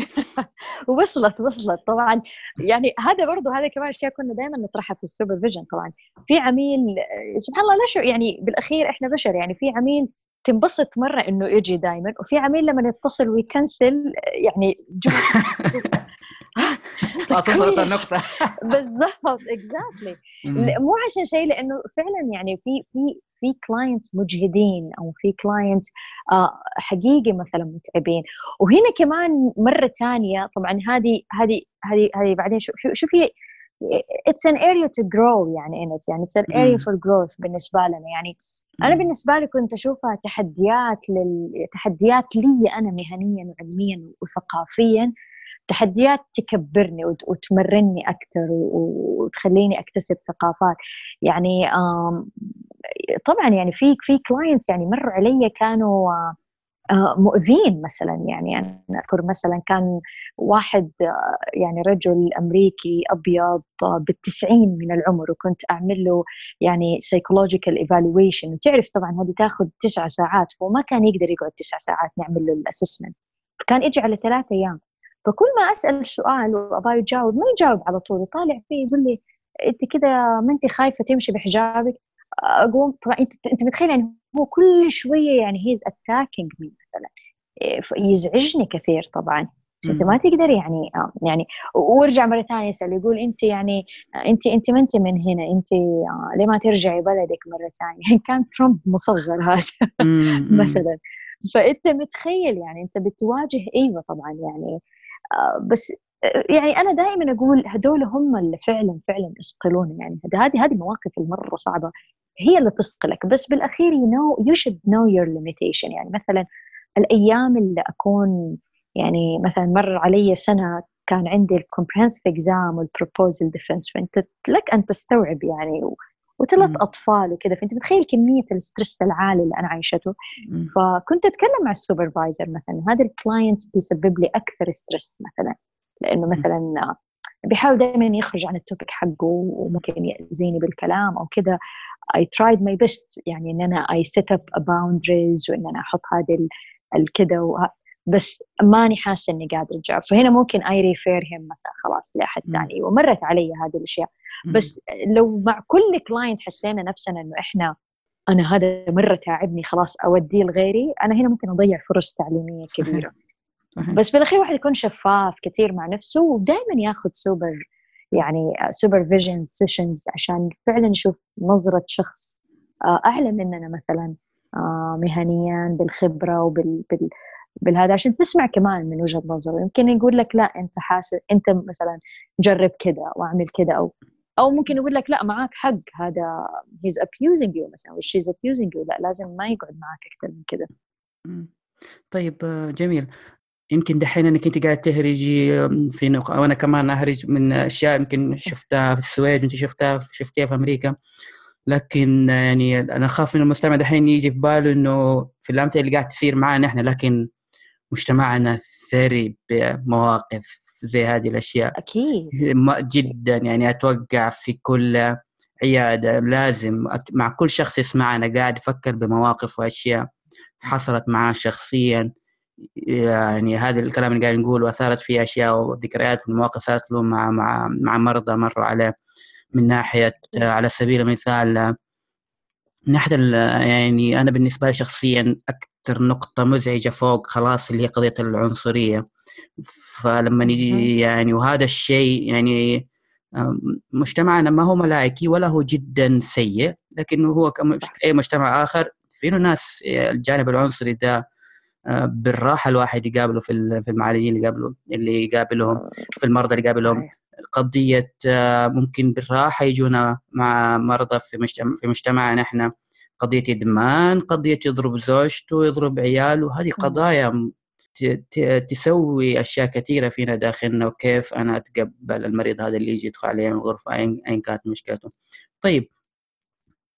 وصلت طبعا. يعني هذا برضه هذا كمان اشياء كنا دائما نطرحها في السوبرفيجن. طبعا في عميل سبحان الله لا شو يعني بالاخير احنا بشر، يعني في عميل تنبسط مره انه يجي دائما، وفي عميل لما يتصل ويكنسل يعني جمله خلاص وصلت كويس. النقطة. بالضبط اكزاكتلي. أمم، مو عشان شيء، لانه فعلا يعني في كلاينتس مجهدين، او في كلاينتس حقيقي مثلا متعبين. وهنا كمان مره ثانيه طبعا هذه بعدين شوفي it's an area to grow يعني in it، يعني it's an area أمم، for growth بالنسبه لنا يعني. انا أمم، بالنسبه لي كنت اشوفها تحديات لي انا مهنيا وعلميا وثقافيا، تحديات تكبرني وتمرني أكثر وتخليني أكتسب ثقافات. يعني طبعا يعني في كلاينتس يعني مروا علي كانوا مؤذين مثلا. يعني أنا أذكر مثلا كان واحد يعني رجل أمريكي أبيض بالتسعين من العمر، وكنت أعمل له يعني psychological evaluation، وتعرف طبعا هذه تاخذ 9 ساعات، وما كان يقدر يقعد 9 ساعات نعمل له الأسسمنت، فكان يجي على 3 أيام. فكل ما أسأل سؤال وأبغى يجاوب ما يجاوب على طول، يطالع فيه يقول لي أنت كده ما أنت خايفة تمشي بحجابك؟ أقوم طبعا أنت متخيل يعني هو كل شوية يعني هيز اتاكينج مي مثلا، يزعجني كثير طبعا. بس انت ما أمم، تقدر يعني يعني وارجع مره ثانيه يسال يقول انت يعني انت ما انت من هنا، انت ليه ما ترجعي بلدك مره ثانيه؟ يعني كان ترامب مصغر هذا أمم، مثلا. فانت متخيل يعني انت بتواجه، ايوه طبعا يعني بس يعني انا دائما اقول هدول هم اللي فعلا يصقلون. يعني هذه مواقف المره صعبه هي اللي تصقلك، بس بالاخير you should know your limitation. يعني مثلا الايام اللي اكون يعني مثلا مر علي سنه كان عندي الكومبرهنسيف اكزام والبروبوزل ديفنس، فانت لك ان تستوعب يعني وثلاث أمم، اطفال وكذا، فانت متخيل كميه الستريس العالي اللي انا عايشته. أمم، فكنت اتكلم مع السوبرفايزر مثلا هذا الكلاينت بيسبب لي اكثر ستريس مثلا، لانه مثلا بيحاول دائما يخرج عن التوبيك حقه وممكن يأذيني بالكلام او كذا. I tried my best يعني ان انا I set up a boundaries وان انا احط هذه الكذا بس ماني حاسه اني قادره اجاوب. فهنا ممكن I refer him مثلا خلاص لاحد أمم، ثاني، ومرت علي هذه الاشياء. أمم، بس لو مع كل كلاينت حسينا نفسنا انه احنا انا هذا مره تعبني خلاص اوديه لغيري، انا هنا ممكن اضيع فرص تعليميه صحيح كبيره. صحيح. بس بالاخير واحد يكون شفاف كثير مع نفسه، ودائما ياخذ يعني سوبرفيجن سيشنز عشان فعلا يشوف نظره شخص اعلى مننا مثلا مهنيا بالخبره بالهذا، عشان تسمع كمان من وجهه نظره. يمكن يقول لك لا انت حاسس انت مثلا جرب كذا واعمل كذا، او ممكن يقول لك لا معاك حق هذا he's abusing you مثلا و she's abusing you، لا لازم ما يقعد معك اكثر من كذا. إمم. طيب جميل. يمكن دحين إنِّك أنتِ قاعدة تهرجي في وأنا كمان أهرج من أشياء يمكن شُفتها في السويد وأنتِ شُفتيها في أمريكا، لكن يعني أنا أخاف إنه المستمع دحين ييجي في باله إنه في الأمثلة اللي قاعدة تصير معانا إحنا، لكن مجتمعنا ثري بمواقف زي هذه الأشياء اكيد جدًا. يعني أتوقع في كل عيادة لازم مع كل شخص يسمعنا قاعد يفكر بمواقف وأشياء حصلت معاه شخصيًا. يعني هذا الكلام اللي قاعد نقوله أثارت فيه أشياء وذكريات ومواقف صارت له مع مرضى مروا عليه. من ناحية اكيد على سبيل المثال من ناحية يعني أنا بالنسبة لي شخصيا أكثر نقطة مزعجة فوق خلاص اللي هي قضية العنصرية. فلما مهم. نجي يعني وهذا الشيء يعني مجتمعنا ما هو ملائكي ولا هو جدا سيء، لكنه هو صح كأي مجتمع آخر فيه ناس الجانب العنصري ده بالراحة الواحد يقابله في المعالجين اللي يقابلهم، في المرضى اللي يقابلهم. صحيح قضية ممكن بالراحة يجونا مع مرضى في مجتمعنا إحنا قضية إدمان، قضية يضرب زوجته يضرب عياله، هذه مم. قضايا تسوي أشياء كثيرة فينا داخلنا، وكيف أنا أتقبل المريض هذا اللي يجي يدخل علي من الغرفة أيا كانت مشكلته. طيب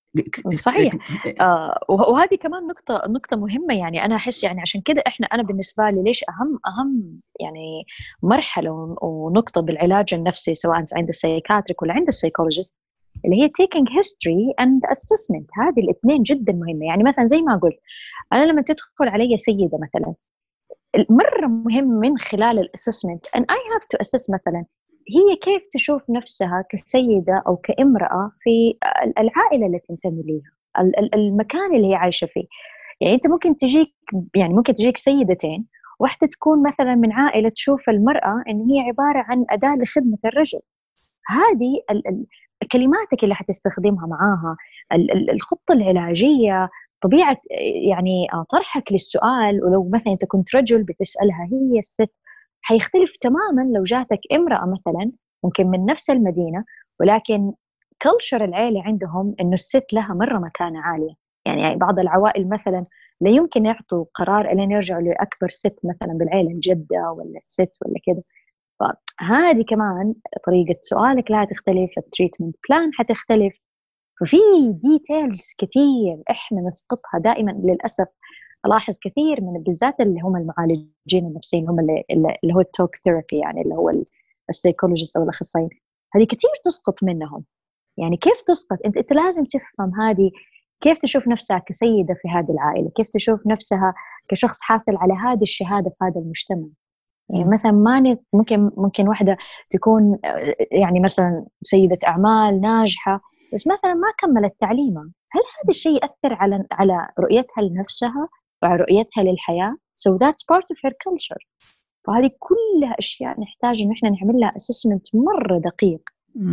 صحيح. وهذه كمان نقطة مهمة. يعني أنا أحس يعني عشان كده أنا بالنسبة لي ليش أهم يعني مرحلة ونقطة بالعلاج النفسي سواء عند السايكاتريك ولا عند السايكولوجيست، اللي هي taking history and assessment. هذه الاثنين جدا مهمة. يعني مثلا زي ما قلت، أنا لما تدخل علي سيدة مثلا، مرة مهم من خلال الاسسمنت and I have to assess مثلا هي كيف تشوف نفسها كسيدة أو كامرأة في العائلة اللي تنتمي لها، المكان اللي هي عايشة فيه. يعني أنت ممكن تجيك سيدتين، واحدة تكون مثلا من عائلة تشوف المرأة إن هي عبارة عن أداة لخدمة الرجل. هذه كلماتك اللي حتستخدمها معاها، الخطة العلاجية، طبيعة يعني طرحك للسؤال. ولو مثلا أنت كنت رجل بتسألها هي الست، حيختلف تماما لو جاتك امرأة مثلا ممكن من نفس المدينة، ولكن كلتشر العيلة عندهم إنه الست لها مرة مكانة عالية. يعني بعض العوائل مثلا لا يمكن يعطوا قرار إلين يرجعوا لأكبر ست مثلا بالعيلة، الجدة ولا الست ولا كده. فهذه كمان طريقة سؤالك لها تختلف، التريتمنت بلان حتختلف. ففي ديتيلز كثير احنا نسقطها دائما للأسف. ألاحظ كثير من بالذات اللي هم المعالجين النفسيين، هم اللي هو التوك ثيرابي، يعني اللي هو السيكولوجيست أو الأخصائيين، هذه كثير تسقط منهم. يعني كيف تسقط؟ أنت لازم تفهم هذه كيف تشوف نفسها كسيدة في هذه العائلة، كيف تشوف نفسها كشخص حاصل على هذه الشهادة في هذا المجتمع. يعني مثلا ممكن واحدة تكون يعني مثلا سيدة أعمال ناجحة بس مثلا ما كملت تعليمها. هل هذا الشيء يأثر على رؤيتها لنفسها وعلى رؤيتها للحياة؟ So that's part of her culture. فهذه كلها أشياء نحتاج إن إحنا نعمل لها assessment مرة دقيق.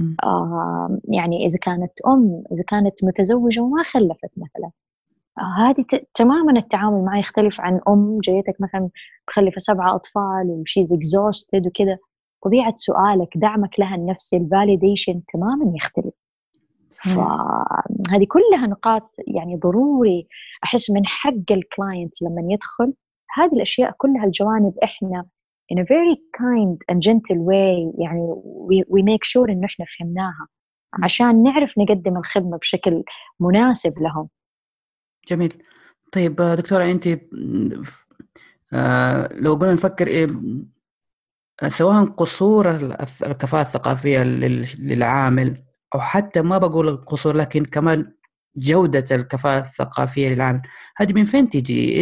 يعني إذا كانت إذا كانت متزوجة وما خلفت مثلا، هذه تماما التعامل معي يختلف عن جايتك مثلا مخلفة 7 أطفال وشيز exhausted وكده. طبيعة سؤالك، دعمك لها النفسي، الفاليديشن تماما يختلف. فهذه كلها نقاط يعني ضروري أحس من حق الكلاينت لما يدخل هذه الأشياء كلها، الجوانب إحنا in a very kind and gentle way يعني we make sure إنه إحنا فهمناها عشان نعرف نقدم الخدمة بشكل مناسب لهم. جميل. طيب دكتورة، أنت لو قلنا نفكر سواء قصور الكفاءة الثقافية للعامل، أو حتى ما بقول القصور لكن كمان جودة الكفاءة الثقافية للعامل، هذه من فين تجي؟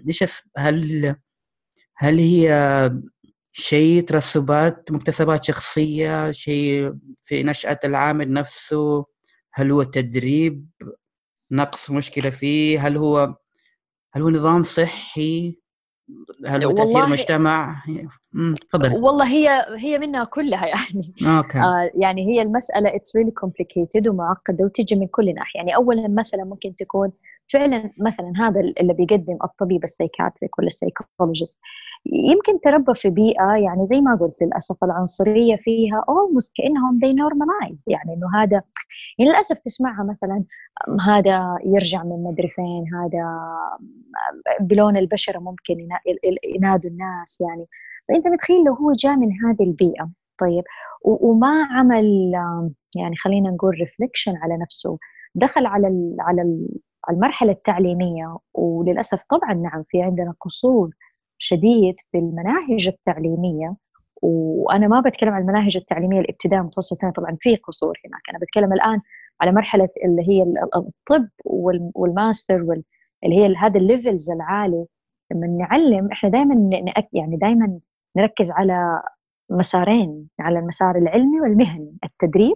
هل هي شيء ترسبات مكتسبات شخصية، شيء في نشأة العامل نفسه؟ هل هو تدريب نقص مشكلة فيه؟ هل هو نظام صحي؟ هل هو تأثير مجتمع؟ تفضلي. والله هي منها كلها يعني. أوكي. يعني هي المسألة it's really complicated ومعقدة وتجي من كل ناحية. يعني أولا مثلا ممكن تكون فعلا مثلا هذا اللي بيقدم الطبيب السايكاتريك ولا السايكولوجيست يمكن تربى في بيئة يعني زي ما قلت للأسف العنصرية فيها almost كأنهم they normalize، يعني إنه هذا يعني للأسف تسمعها مثلا هذا يرجع من مدري فين، هذا بلون البشرة ممكن ينادوا الناس. يعني فأنت متخيل لو هو جاء من هذه البيئة طيب وما عمل يعني خلينا نقول ريفليكشن على نفسه، دخل على المرحلة التعليمية، وللأسف طبعا نعم في عندنا قصور شديد في المناهج التعليمية. وأنا ما بتكلم عن المناهج التعليمية الابتدائي المتوسط، طبعا في قصور هناك. أنا بتكلم الآن على مرحلة اللي هي الطب والماستر اللي هي هذا الليفلز العالي. لما نعلم احنا دائما يعني دائما نركز على مسارين، على المسار العلمي والمهني، التدريب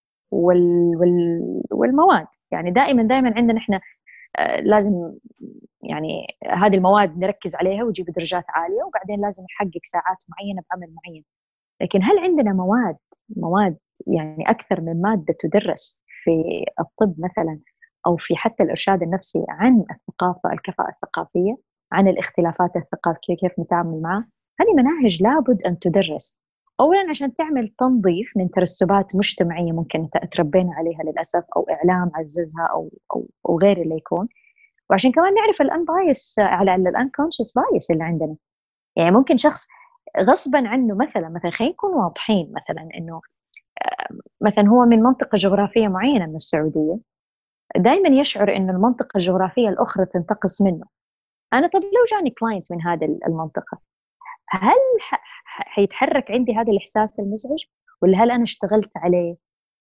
والمواد. يعني دائما عندنا احنا لازم يعني هذه المواد نركز عليها وتجيب درجات عالية، وبعدين لازم نحقق ساعات معينة بعمل معين. لكن هل عندنا مواد يعني أكثر من مادة تدرس في الطب مثلا أو في حتى الإرشاد النفسي عن الثقافة، الكفاءة الثقافية، عن الاختلافات الثقافية كيف نتعامل معها؟ هذه مناهج لابد أن تدرس أولا عشان تعمل تنظيف من ترسبات مجتمعية ممكن تربينا عليها للأسف، أو إعلام عززها أو غير اللي يكون، وعشان كمان نعرف الأنبايس على الأنكونشس بايس اللي عندنا. يعني ممكن شخص غصبا عنه مثلا خلينا نكون واضحين مثلا إنه مثلا هو من منطقة جغرافية معينة من السعودية، دائما يشعر إنه المنطقة الجغرافية الأخرى تنتقص منه. أنا طب لو جاني كلاينت من هذه المنطقة، هل حيتحرك عندي هذا الإحساس المزعج، ولا هل أنا اشتغلت عليه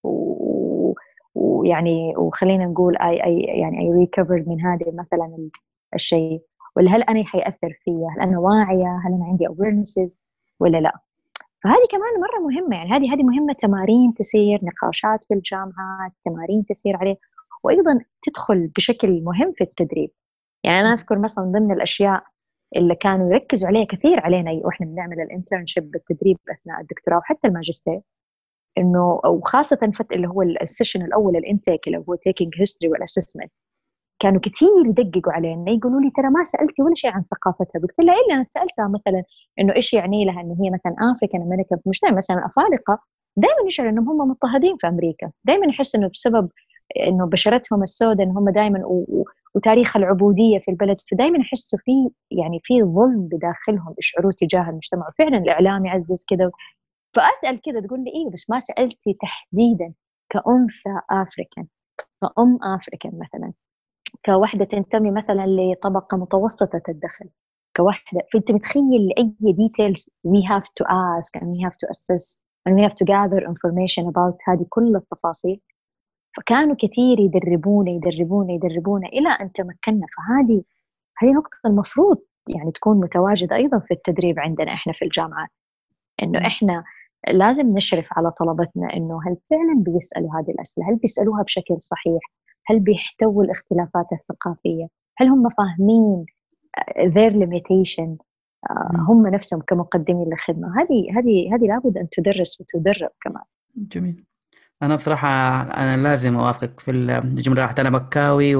ويعني وخلينا نقول يعني I recovered من هذا مثلا الشيء، ولا هل أنا حيأثر فيا، هل أنا واعية، هل أنا عندي awarenesses ولا لا. فهذه كمان مرة مهمة، يعني هذه مهمة، تمارين تصير، نقاشات في الجامعات، تمارين تصير عليه، وأيضا تدخل بشكل مهم في التدريب. يعني أنا أذكر مثلا ضمن الأشياء اللي كانوا يركزوا عليها كثير علينا وإحنا بنعمل الانترنشيب بالتدريب أثناء الدكتوراه وحتى الماجستير، إنه وخاصة اللي هو السيشن الأول الانتيك اللي هو تيكينج هيستوري والأسسمنت، كانوا كثير يدققوا علينا، يقولوا لي ترى ما سألتي ولا شيء عن ثقافتها. قلت لها إلا أنا سألتها مثلا إنه إيش يعني لها إنه هي مثلا أفريكان أمريكان، مش دائما مثلا أفارقة دائما يشعر إنهم هم مضطهدين في أمريكا، دائما يحس إنه بسبب إنه بشرتهم السوداء إن هم دائما وتاريخ العبودية في البلد، فدائما يحسوا في يعني في ظلم بداخلهم يشعروا تجاه المجتمع، وفعلا الإعلام يعزز كذا. فأسأل كذا تقول لي إيه بس ما سألتي تحديدا كأنثى أفريكان، كأم أفريكان مثلا، كوحدة تنتمي مثلا لطبقة متوسطة الدخل، كوحدة، فأنت متخيل أي details we have to ask and we have to assess and we have to gather information about هذه كل التفاصيل. فكانوا كثير يدربونا إلى أن تمكنا. هذه نقطة المفروض يعني تكون متواجدة أيضا في التدريب عندنا إحنا في الجامعات، إنه إحنا لازم نشرف على طلبتنا إنه هل فعلا بيسألوا هذه الأسئلة، هل بيسألوها بشكل صحيح، هل بيحتووا الاختلافات الثقافية، هل هم فاهمين their limitation، هم نفسهم كمقدمين للخدمة. هذه لابد أن تدرس وتدرب كمان. جميل. أنا بصراحة أنا لازم أوافقك في الجملة، أنا مكاوي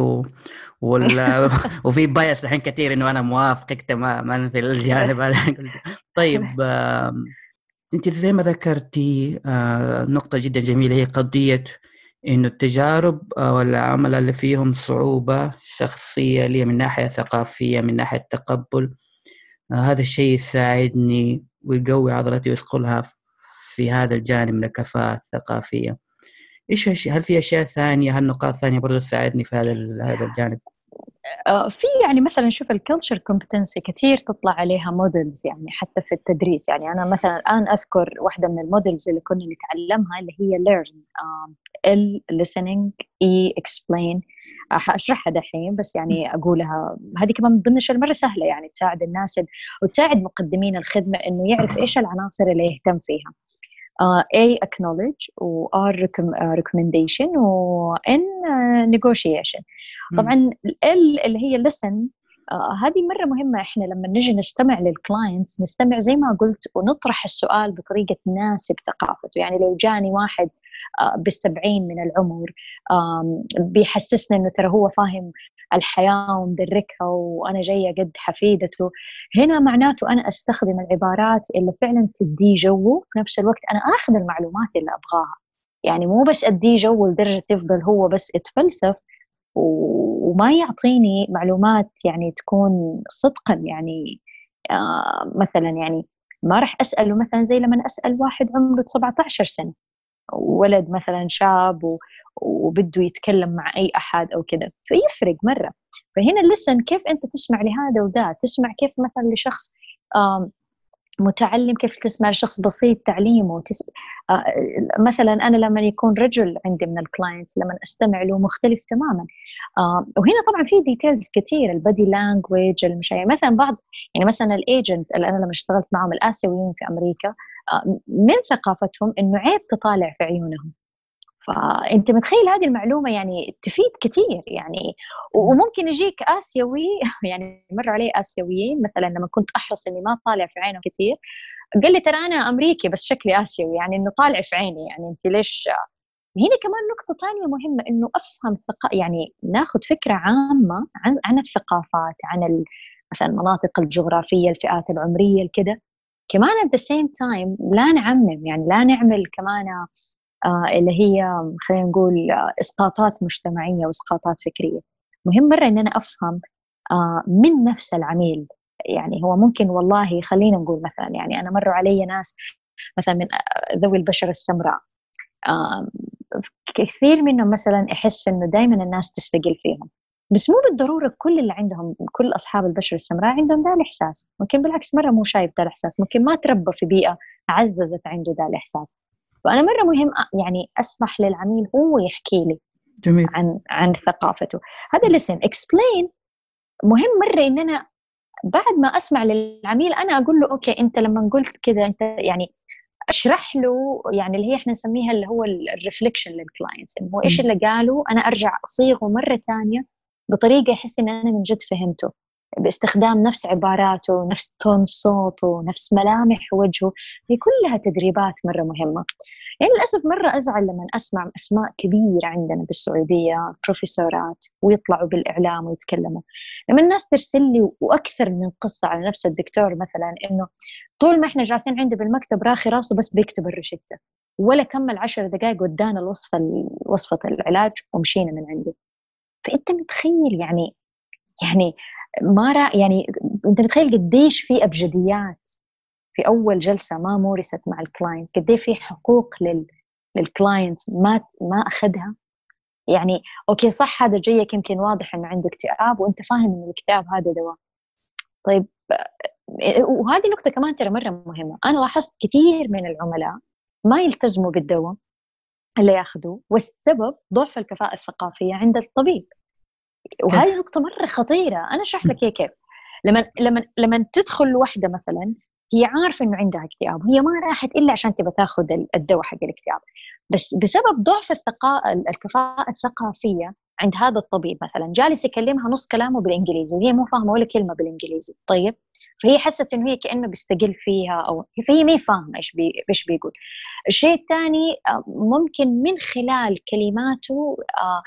وفي بايس الحين كثير إنه أنا موافقك تماما في الجانب هذا. طيب أنت زي ما ذكرتي نقطة جدا جميلة، هي قضية إنه التجارب والعمل اللي فيهم صعوبة شخصية لي من ناحية ثقافية، من ناحية تقبل، هذا الشيء يساعدني ويقوي عضلتي ويثقلها في هذا الجانب من الكفاءة الثقافية. هل في أشياء ثانية، هل نقاط ثانية برضو تساعدني في هذا الجانب؟ في يعني مثلا شوف الكلتشر كومبتنسي كثير تطلع عليها موديلز يعني حتى في التدريس. يعني أنا مثلا الآن أذكر واحدة من الموديلز اللي كنا نتعلمها اللي هي learn listening explain. حأشرحها دحين بس يعني أقولها، هذه كمان من ضمن الأشياء مرة سهلة يعني تساعد الناس وتساعد مقدمين الخدمة إنه يعرف إيش العناصر اللي يهتم فيها. A acknowledge و R recommendation و N negotiation. طبعا ال اللي هي listen هذه مرة مهمة. إحنا لما نجي نستمع للكلاينتس نستمع زي ما قلت ونطرح السؤال بطريقة تناسب ثقافته. يعني لو جاني واحد بالسبعين من العمر بيحسسنا إنه ترى هو فاهم الحياة ومدركها وأنا جاية قد حفيدته، هنا معناته أنا أستخدم العبارات اللي فعلا تديه جو، في نفس الوقت أنا أخذ المعلومات اللي أبغاها. يعني مو بس أديه جو لدرجة يفضل هو بس يتفلسف وما يعطيني معلومات يعني تكون صدقا. يعني مثلا يعني ما راح أسأله مثلا زي لما أسأل واحد عمره 17 سنة، ولد مثلا شاب وبده يتكلم مع أي أحد أو كذا، فيفرق مرة. فهنا اللسن كيف أنت تسمع لهذا وذا، تسمع كيف مثلا لشخص متعلم، كيف تسمع لشخص بسيط تعليمه مثلا أنا لما يكون رجل عندي من الكلاينتس لما أستمع له مختلف تماما. وهنا طبعا في ديتيلز كثير، البادي لانجويج، المشاعر. مثلا بعض يعني مثلا الايجنت اللي أنا لما اشتغلت معهم الآسيويين في أمريكا من ثقافتهم إنه عيب تطالع في عيونهم. فأنت متخيل هذه المعلومة يعني تفيد كثير يعني. وممكن يجيك آسيوي يعني مر علي آسيويين مثلا لما كنت أحرص إني ما طالع في عينه كثير، قال لي ترى أنا أمريكي بس شكلي آسيوي، يعني إنه طالع في عيني، يعني أنت ليش. هنا كمان نقطة ثانية مهمة إنه أفهم يعني ناخذ فكرة عامة عن الثقافات، عن مثلا المناطق الجغرافية، الفئات العمرية الكده. كمان at the same time لا نعمم، يعني لا نعمل كمان اللي هي خلينا نقول إسقاطات مجتمعية وإسقاطات فكرية. مهم مرة إن أنا أفهم من نفس العميل. يعني هو ممكن والله خلينا نقول مثلا يعني أنا مروا علي ناس مثلا من ذوي البشرة السمراء كثير منهم مثلا يحس إنه دائما الناس تستقل فيهم، بس مو بالضرورة كل اللي عندهم، كل أصحاب البشرة السمراء عندهم ذا الإحساس. ممكن بالعكس مرة مو شايف ذا الإحساس، ممكن ما تربى في بيئة عززت عنده ذا الإحساس. فأنا مرة مهم يعني أسمح للعميل هو يحكي لي جميل. عن ثقافته. هذا listen explain مهم مرة، إن أنا بعد ما أسمع للعميل أنا أقول له أوكي أنت لما قلت كذا أنت يعني اشرح له، يعني اللي هي احنا نسميها اللي هو الريفليكشن للكلاينتس، انه ايش اللي قالوا، انا ارجع اصيغه مره ثانيه بطريقه يحس ان انا من جد فهمته، باستخدام نفس عباراته، نفس تون صوته، نفس ملامح وجهه. هي كلها تدريبات مره مهمه. يعني للاسف مره ازعل لما اسمع اسماء كبيره عندنا بالسعوديه بروفيسورات ويطلعوا بالاعلام ويتكلموا، لما الناس ترسل لي واكثر من قصه على نفس الدكتور مثلا، انه طول ما احنا جالسين عنده بالمكتب راخي راسه بس بيكتب الروشتة، ولا كمل 10 دقائق ودانا وصفة العلاج ومشينا من عنده. فأنت متخيل يعني يعني أنت متخيل قديش في أبجديات في أول جلسة ما مورست مع الكلاينت، قديش في حقوق للكلاينت ما أخذها. يعني أوكي صح هذا جايك يمكن واضح إنه عنده اكتئاب وأنت فاهم إن الاكتئاب هذا دواء. طيب وهذه نقطة كمان ترى مرة مهمة، أنا لاحظت كثير من العملاء ما يلتزموا بالدواء اللي ياخذوه، والسبب ضعف الكفاءة الثقافية عند الطبيب. وهذه كيف؟ نقطة مرة خطيرة. أنا أشرح لك كيف. لما تدخل واحدة مثلا هي عارفة إنه عندها اكتئاب، هي ما راحت إلا عشان تبى تاخذ الدواء حق الاكتئاب، بس بسبب ضعف الكفاءة الثقافية عند هذا الطبيب مثلا جالس يكلمها نص كلامه بالإنجليزي وهي مو فاهمة ولا كلمة بالإنجليزي. طيب فهي حست إنه هي كأنه بيستقل فيها، أو فهي ما فاهمة إيش بيقول. الشيء الثاني ممكن من خلال كلماته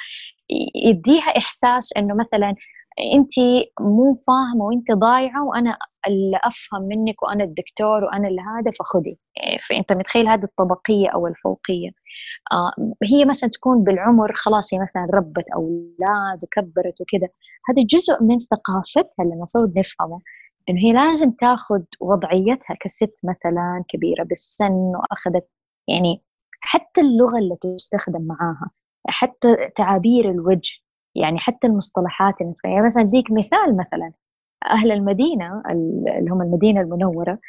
يديها إحساس إنه مثلا أنت مو فاهمة وأنت ضايعة وأنا اللي أفهم منك وأنا الدكتور وأنا اللي هذا فخذي. فأنت متخيل هذه الطبقية أو الفوقية. هي مثلا تكون بالعمر خلاص هي مثلا ربت أولاد وكبرت وكذا، هذا جزء من ثقافتها اللي المفروض نفهمه، إنه هي لازم تاخذ وضعيتها كست مثلا كبيرة بالسن وأخذت يعني حتى اللغة اللي تستخدم معاها، حتى تعابير الوجه، يعني حتى المصطلحات يعني مثلا ديك مثال مثلا أهل المدينة اللي هم المدينة المنورة،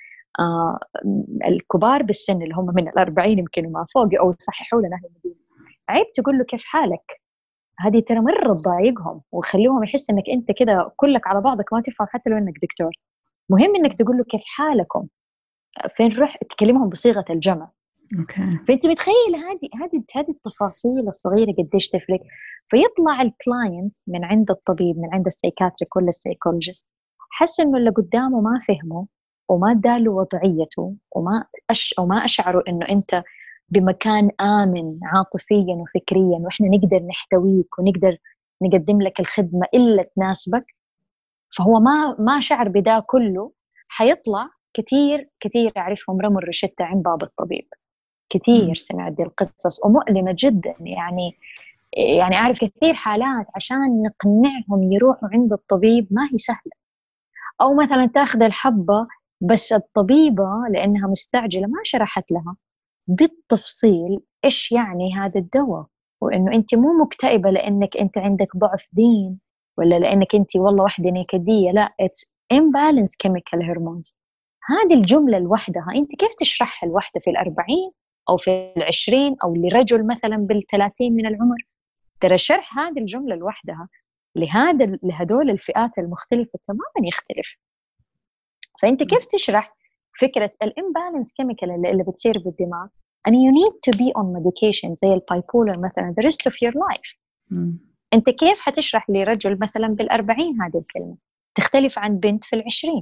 الكبار بالسن اللي هم من 40 يمكن وما فوق، أو يصححوا لنا أهل المدينة، عيب تقول له كيف حالك. هذه ترى مرة تضايقهم وخليهم يحس إنك أنت كده كلك على بعضك ما تفهم حتى لو إنك دكتور. مهم إنك تقول له كيف حالكم، فين روح تكلمهم بصيغة الجمع. اوكي. فانت متخيل هذه التفاصيل الصغيره قديش تفرق. فيطلع الكلاينت من عند الطبيب، من عند السايكاتريك ولا السايكولوجيست، حس انه اللي قدامه ما فهمه وما اداله وضعيته وما اشعروا انه انت بمكان امن عاطفيا وفكريا واحنا نقدر نحتويك ونقدر نقدم لك الخدمه اللي تناسبك. فهو ما شعر بدا كله. حيطلع كثير كثير اعرفهم رموا الروشته عند باب الطبيب، كثير سمعت دي القصص ومؤلمة جدا. يعني أعرف كثير حالات عشان نقنعهم يروحوا عند الطبيب ما هي سهلة، أو مثلا تاخذ الحبة بس الطبيبة لأنها مستعجلة ما شرحت لها بالتفصيل إيش يعني هذا الدواء، وإنه أنت مو مكتئبة لأنك أنت عندك ضعف دين ولا لأنك أنت والله واحدة نكدية، لا it's imbalance chemical hormones. هذه الجملة لوحدها أنت كيف تشرحها لوحدة في 40 أو في 20 أو لرجل مثلا بال30 من العمر؟ ترى شرح هذه الجملة لوحدها لهدول الفئات المختلفة تماما يختلف. فأنت كيف تشرح فكرة الامبالانس كيميكال اللي بتصير بالدماغ and you need to be on medication زي البايبولر مثلا the rest of your life. أنت كيف حتشرح لرجل مثلا بال40 هذه الكلمة تختلف عن بنت في 20؟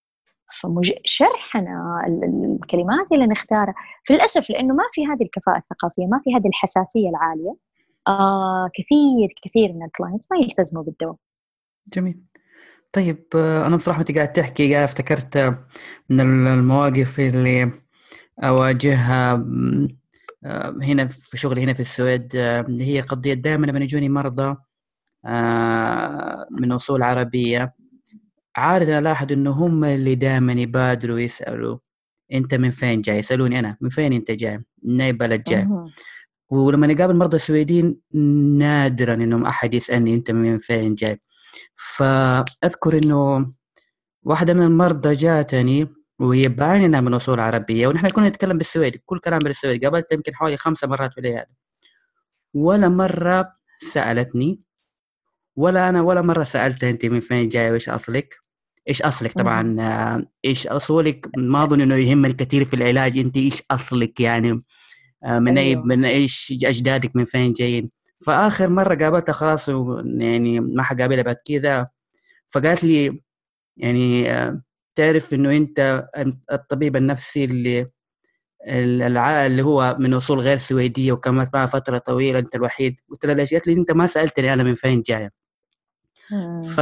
شرحنا الكلمات اللي نختارها في الأسف لأنه ما في هذه الكفاءة الثقافية، ما في هذه الحساسية العالية. كثير من الكلاينتس ما يلتزموا بالدواء. جميل. طيب أنا بصراحة أنت قاعد تحكي قاعد افتكرت من المواقف اللي أواجهها هنا في شغلي هنا في السويد، هي قضية دائما لما يجوني مرضى من أصول عربية عادة ألاحظ إنه هم اللي دائما يبادروا يسألوا أنت من فين جاي، يسألوني أنا من فين أنت جاي، من أي بلد جاي. ولما نقابل مرضى سويدين نادرا انهم احد يسالني انت من فين جاي. فاذكر انه واحده من المرضى جاتني وهي باين انها من اصول عربيه، ونحن كنا نتكلم بالسويدي، كل كلام بالسويدي. قابلتها يمكن حوالي 5 مرات في العياده، ولا مره سالتني، ولا مره سالتها انت من فين جاي وايش اصلك. ايش اصلك طبعا، ايش اصولك ما اظن انه يهم الكثير في العلاج انت ايش اصلك يعني، ايوه. من ايش اجدادك من فين جايين. فاخر مره قابلتها خلاص يعني ما حقابلها بعد كذا، فقالت لي يعني تعرف انه انت الطبيب النفسي اللي هو من اصول غير سويديه وكملت معه فتره طويله، انت الوحيد. قلت لها ليش؟ قالت لي انت ما سالتني انا من فين جاي. مم.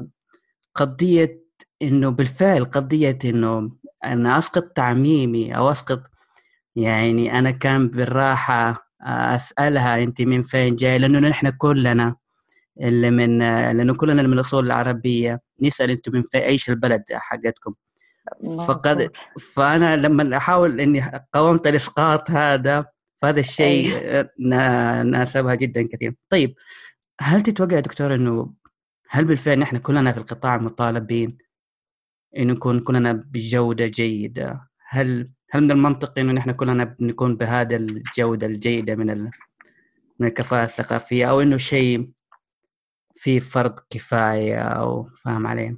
فقضيه انه بالفعل قضيه انه انا اسقط تعميمي او اسقط، يعني أنا كان بالراحة أسألها أنت من فين جاي، لأنه نحن كلنا اللي من لأنه كلنا اللي من الأصول العربية نسأل أنتم من فين، أيش البلد حقتكم. فقد مظبوط. فأنا لما أحاول إني قاومت الإسقاط هذا، فهذا الشيء ايوه. ناسبها جدا كثير. طيب، هل تتوقع يا دكتور إنه هل بالفعل نحن كلنا في القطاع مطالبين إنه نكون كلنا بجودة جيدة؟ هل من المنطقي إنه نحن كلنا نكون بهذا الجودة الجيدة من الكفاءة الثقافية، أو إنه شيء فيه فرض كفاية، أو فاهم علي؟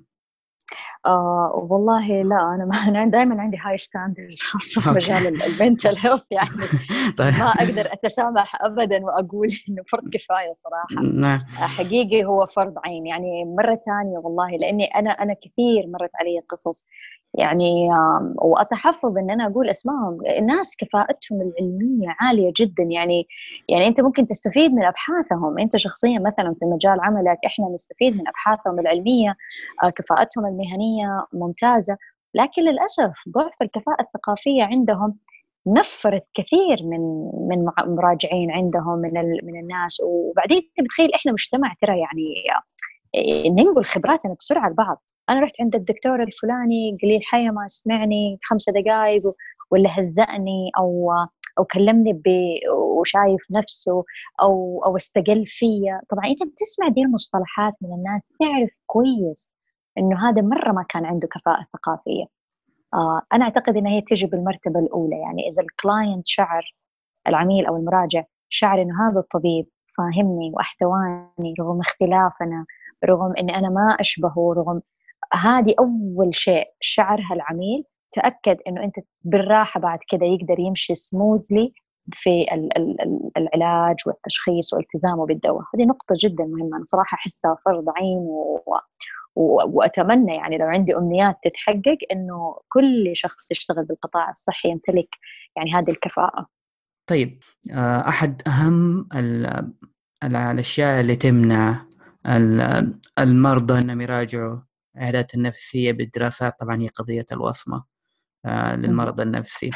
والله لا، انا ما انا دائما عندي هاي ستاندردز خاصه في أوكي. مجال المنتل هيلث يعني. طيب. ما اقدر اتسامح ابدا واقول انه فرض كفايه صراحه. نعم. حقيقي هو فرض عين يعني. مرة تانية والله، لأني أنا كثير مرت علي قصص يعني، وأتحفظ إن أنا أقول أسمائهم. الناس كفاءتهم العلمية عالية جدا يعني أنت ممكن تستفيد من أبحاثهم. أنت شخصيا مثلا في مجال عملك، إحنا نستفيد من أبحاثهم العلمية، كفاءتهم المهنية ممتازة. لكن للأسف ضعف الكفاءة الثقافية عندهم نفرت كثير من مراجعين عندهم من الناس. وبعدين انت بتخيل احنا مجتمع ترى يعني ننقل خبراتنا بسرعه لبعض. انا رحت عند الدكتور الفلاني قليل الحياه ما سمعني 5 دقائق، ولا هزأني او كلمني وشايف نفسه او استقل فيا. طبعا انت بتسمع دي المصطلحات من الناس، تعرف كويس انه هذا مره ما كان عنده كفاءه ثقافيه. أنا أعتقد إن هي تجي بالمرتبة الأولى. يعني إذا الكلاينت شعر، العميل أو المراجع شعر إنه هذا الطبيب فاهمني واحتواني رغم اختلافنا، رغم إني أنا ما أشبهه، رغم هذه أول شيء شعرها العميل، تأكد إنه أنت بالراحة بعد كده يقدر يمشي سموذلي في العلاج والتشخيص والتزامه بالدواء. هذه نقطة جدا مهمة. أنا صراحة أحسها فرض عين وأتمنى يعني لو عندي أمنيات تتحقق إنه كل شخص يشتغل بالقطاع الصحي يمتلك يعني هذه الكفاءة. طيب، أحد أهم الأشياء اللي تمنع المرضى أنهم يراجعوا العيادات النفسية بالدراسات طبعا هي قضية الوصمة للمرض النفسي.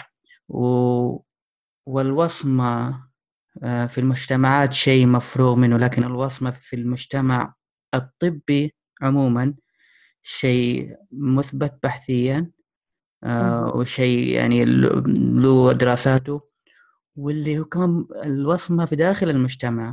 والوصمة في المجتمعات شيء مفروغ منه، لكن الوصمة في المجتمع الطبي عموما شيء مثبت بحثيا، وشيء يعني له دراساته. واللي هو كمان الوصمة في داخل المجتمع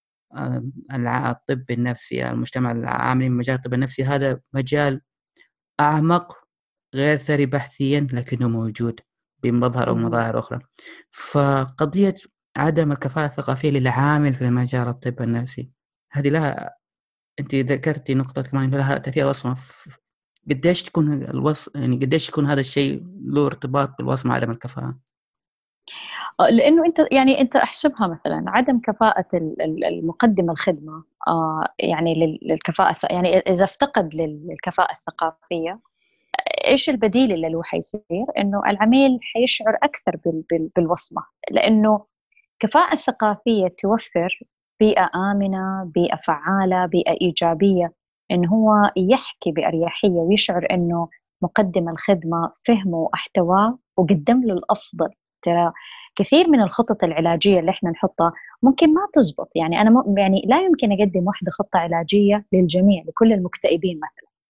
الطب النفسي، المجتمع العامل من مجال الطب النفسي، هذا مجال أعمق غير ثري بحثيا لكنه موجود بمظهر أو مظاهر أخرى. فقضية عدم الكفاءة الثقافية للعامل في مجال الطب النفسي هذه لها، أنت ذكرتي نقطة كمان إنه لها تأثير وصمة. قديش تكون يعني قديش يكون هذا الشيء له ارتباط بالوصمة عدم الكفاءة؟ لانه انت يعني انت احسبها مثلا عدم كفاءه المقدم الخدمه، يعني للكفاءه، يعني اذا افتقد للكفاءه الثقافيه، ايش البديل اللي له حيصير؟ انه العميل حيشعر اكثر بالوصمه. لانه الكفاءه الثقافيه توفر بيئه امنه، بيئه فعاله، بيئه ايجابيه، انه هو يحكي باريحيه ويشعر انه مقدم الخدمه فهمه واحتواه وقدم له الافضل. ترى كثير من الخطط العلاجيه اللي احنا نحطها ممكن ما تزبط. يعني انا يعني لا يمكن اقدم واحده خطه علاجيه للجميع، لكل المكتئبين مثلا.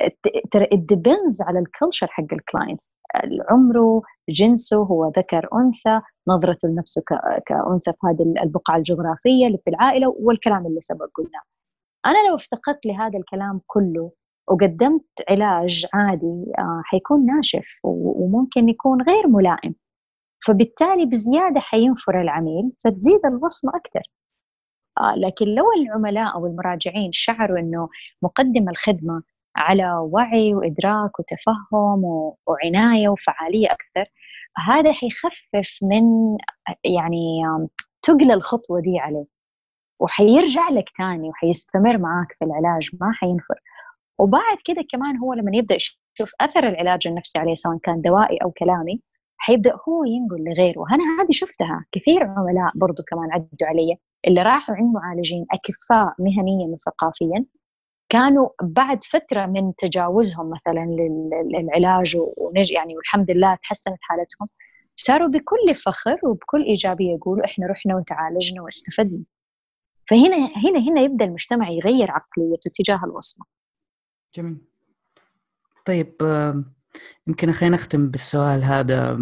ترى it depends على الكلتشر حق الكلاينتس، عمره، جنسه، هو ذكر أنثى، نظرته لنفسه كأنثى في هذه البقعة الجغرافية اللي في العائلة، والكلام اللي سبق قلناه. أنا لو افتقدت لهذا الكلام كله وقدمت علاج عادي حيكون ناشف وممكن يكون غير ملائم، فبالتالي بزيادة حينفر العميل فتزيد الوصمة أكثر. لكن لو العملاء أو المراجعين شعروا أنه مقدم الخدمة على وعي وإدراك وتفهم وعناية وفعالية أكثر، هذا حيخفف من يعني تقل الخطوة دي عليه، وحيرجع لك تاني وحيستمر معاك في العلاج، ما حينفر. وبعد كده كمان هو لما يبدأ يشوف أثر العلاج النفسي عليه سواء كان دوائي أو كلامي، حيبدأ هو ينقل لغيره. وأنا هذه شفتها كثير عملاء برضو كمان عدوا علي اللي راحوا عند معالجين أكفاء مهنيا وثقافيا، كانوا بعد فترة من تجاوزهم مثلا للعلاج يعني والحمد لله تحسنت حالتهم، صاروا بكل فخر وبكل إيجابية يقولوا إحنا رحنا وتعالجنا واستفدنا. فهنا يبدأ المجتمع يغير عقليته تجاه الوصمة. جميل. طيب يمكن خلينا نختم بالسؤال هذا.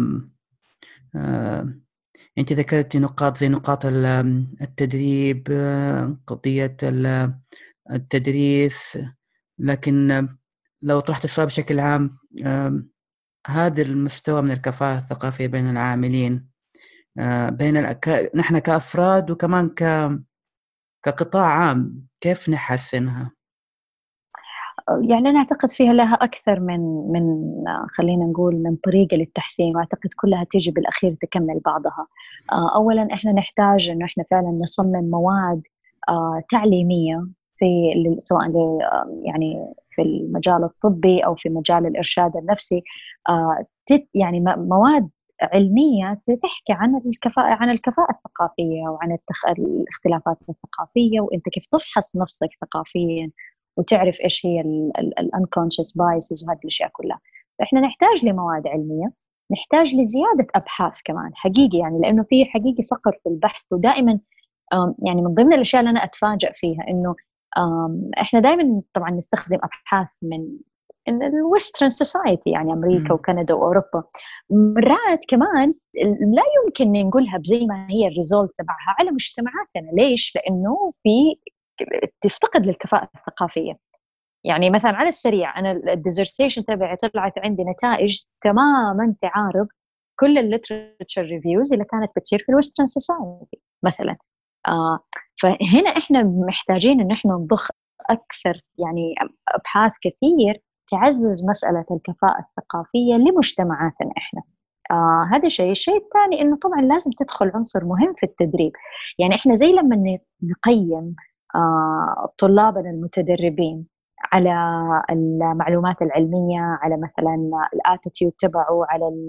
أنت ذكرتي نقاط زي نقاط التدريب، قضية التدريس، لكن لو طرحت السؤال بشكل عام، هذا المستوى من الكفاءة الثقافية بين العاملين، نحن كأفراد وكمان كقطاع عام، كيف نحسنها؟ يعني أنا أعتقد فيها لها أكثر من خلينا نقول من طريقة للتحسين، وأعتقد كلها تيجي بالأخير تكمل بعضها. أولا إحنا نحتاج إنه إحنا فعلا نصمم مواد تعليمية سواء يعني في المجال الطبي أو في مجال الإرشاد النفسي، يعني مواد علمية تحكي عن الكفاءة الثقافية وعن الاختلافات الثقافية، وأنت كيف تفحص نفسك ثقافيا وتعرف إيش هي unconscious biases وهذه الأشياء كلها. فإحنا نحتاج لمواد علمية، نحتاج لزيادة أبحاث كمان حقيقي، يعني لأنه في حقيقي فقر في البحث. ودائما يعني من ضمن الأشياء اللي أنا أتفاجأ فيها إنه إحنا دائما طبعا نستخدم أبحاث من الويسترن سوسايتي، يعني أمريكا وكندا وأوروبا. مرات كمان لا يمكن نقولها بزي ما هي الريزولت تبعها على مجتمعاتنا. ليش؟ لأنه في تفتقد للكفاءة الثقافية. يعني مثلا على السريع أنا الديزرتيشن تبعي طلعت عندي نتائج تماما تعارض كل الليترشر ريفيوز اللي كانت بتصير في الويسترن سوسايتي مثلا. فهنا احنا محتاجين ان احنا نضخ اكثر يعني ابحاث كثير تعزز مسألة الكفاءة الثقافية لمجتمعاتنا احنا. هذا شيء. الشيء الثاني انه طبعا لازم تدخل عنصر مهم في التدريب. يعني احنا زي لما نقيم طلابنا المتدربين على المعلومات العلمية، على مثلا الاتيتيود تبعه،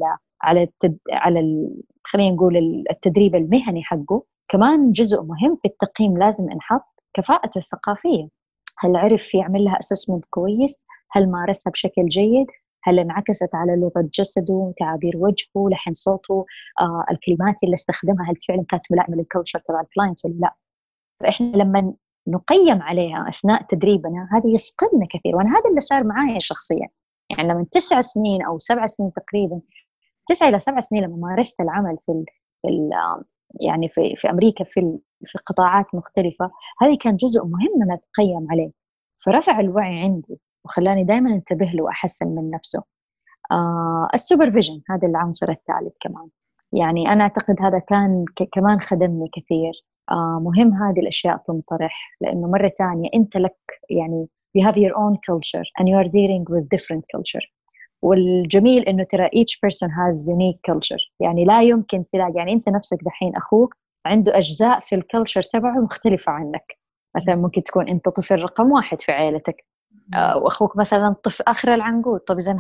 خلينا نقول التدريب المهني حقه، كمان جزء مهم في التقييم لازم نحط كفاءته الثقافية. هل عرف يعمل لها أسسمنت كويس؟ هل مارسها بشكل جيد؟ هل انعكست على لغة جسده، تعابير وجهه، لحن صوته، الكلمات اللي استخدمها هل فعلا كانت ملائمة للكلتشر تبع الكلاينت ولا لا؟ فإحنا لما نقيم عليها أثناء تدريبنا هذا يسقلنا كثير. وأنا هذا اللي صار معايا شخصيا. يعني من 9 سنين أو 7 سنين تقريبا، 9 إلى 7 سنين لما مارست العمل في يعني في أمريكا في قطاعات مختلفة، هذه كان جزء مهم أن أتقيم عليه، فرفع الوعي عندي وخلاني دائما انتبه له وأحسن من نفسه. السوبرفيجن هذا العنصر الثالث كمان، يعني أنا أعتقد هذا كان كمان خدمني كثير. مهم هذه الأشياء تنطرح، لأنه مرة تانية أنت لك يعني you have your own culture and you are dealing with different culture. والجميل إنه ترى each person has unique culture، يعني لا يمكن تلاقي، يعني أنت نفسك دحين أخوك عنده أجزاء في الكلتشر تبعه مختلفة عنك. مثلا ممكن تكون أنت طفل رقم 1 في عائلتك، وأخوك مثلا طفل آخر العنقود. طب إذن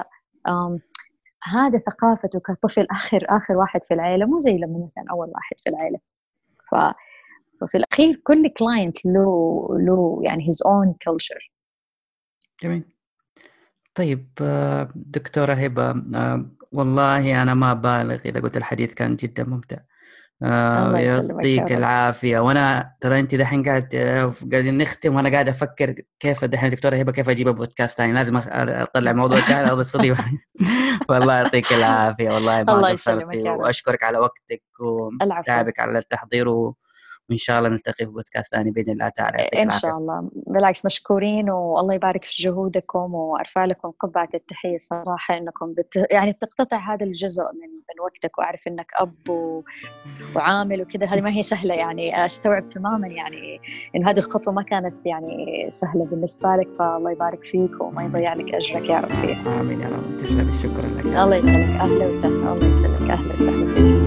هذا ثقافته كطفل آخر واحد في العائلة مو زي لما مثلا أول واحد في العائلة. ففي الأخير كل كلاينت له يعني his own culture. جميل. طيب دكتورة هبة، والله أنا ما بالغ إذا قلت الحديث كان جدا ممتع. الله يسلمك يا يعطيك رب. العافية. وأنا ترى أنت دحين قاعدين نختم، وأنا قاعد أفكر كيف دحين دكتورة هبة كيف أجيبها بودكاست تاني، لازم أطلع موضوع تاني أضيف صديق. والله يعطيك العافية، والله ما الله قصرتي، يسلمك يا رب. وأشكرك على وقتك العفو. وتعبك على التحضير، وإن شاء الله نلتقي في بودكاست ثاني بإذن الله تعالى. يعطيك إن شاء العافية. الله، بالعكس مشكورين، والله يبارك في جهودكم، وأرفع لكم قبعة التحية صراحة، إنكم يعني بتقتطع هذا الجزء من وقتك، وأعرف إنك أب وعامل وكذا، هذه ما هي سهلة يعني، أستوعب تماما يعني إنه هذه الخطوة ما كانت يعني سهلة بالنسبة لك، فالله يبارك فيك وما يضيع لك أجرك يا رب فيها. آمين يا رب. تسلمي، شكرا لك. الله يسلمك، أهلا وسهلا. الله يسلمك، أهلا وسهلا فيك.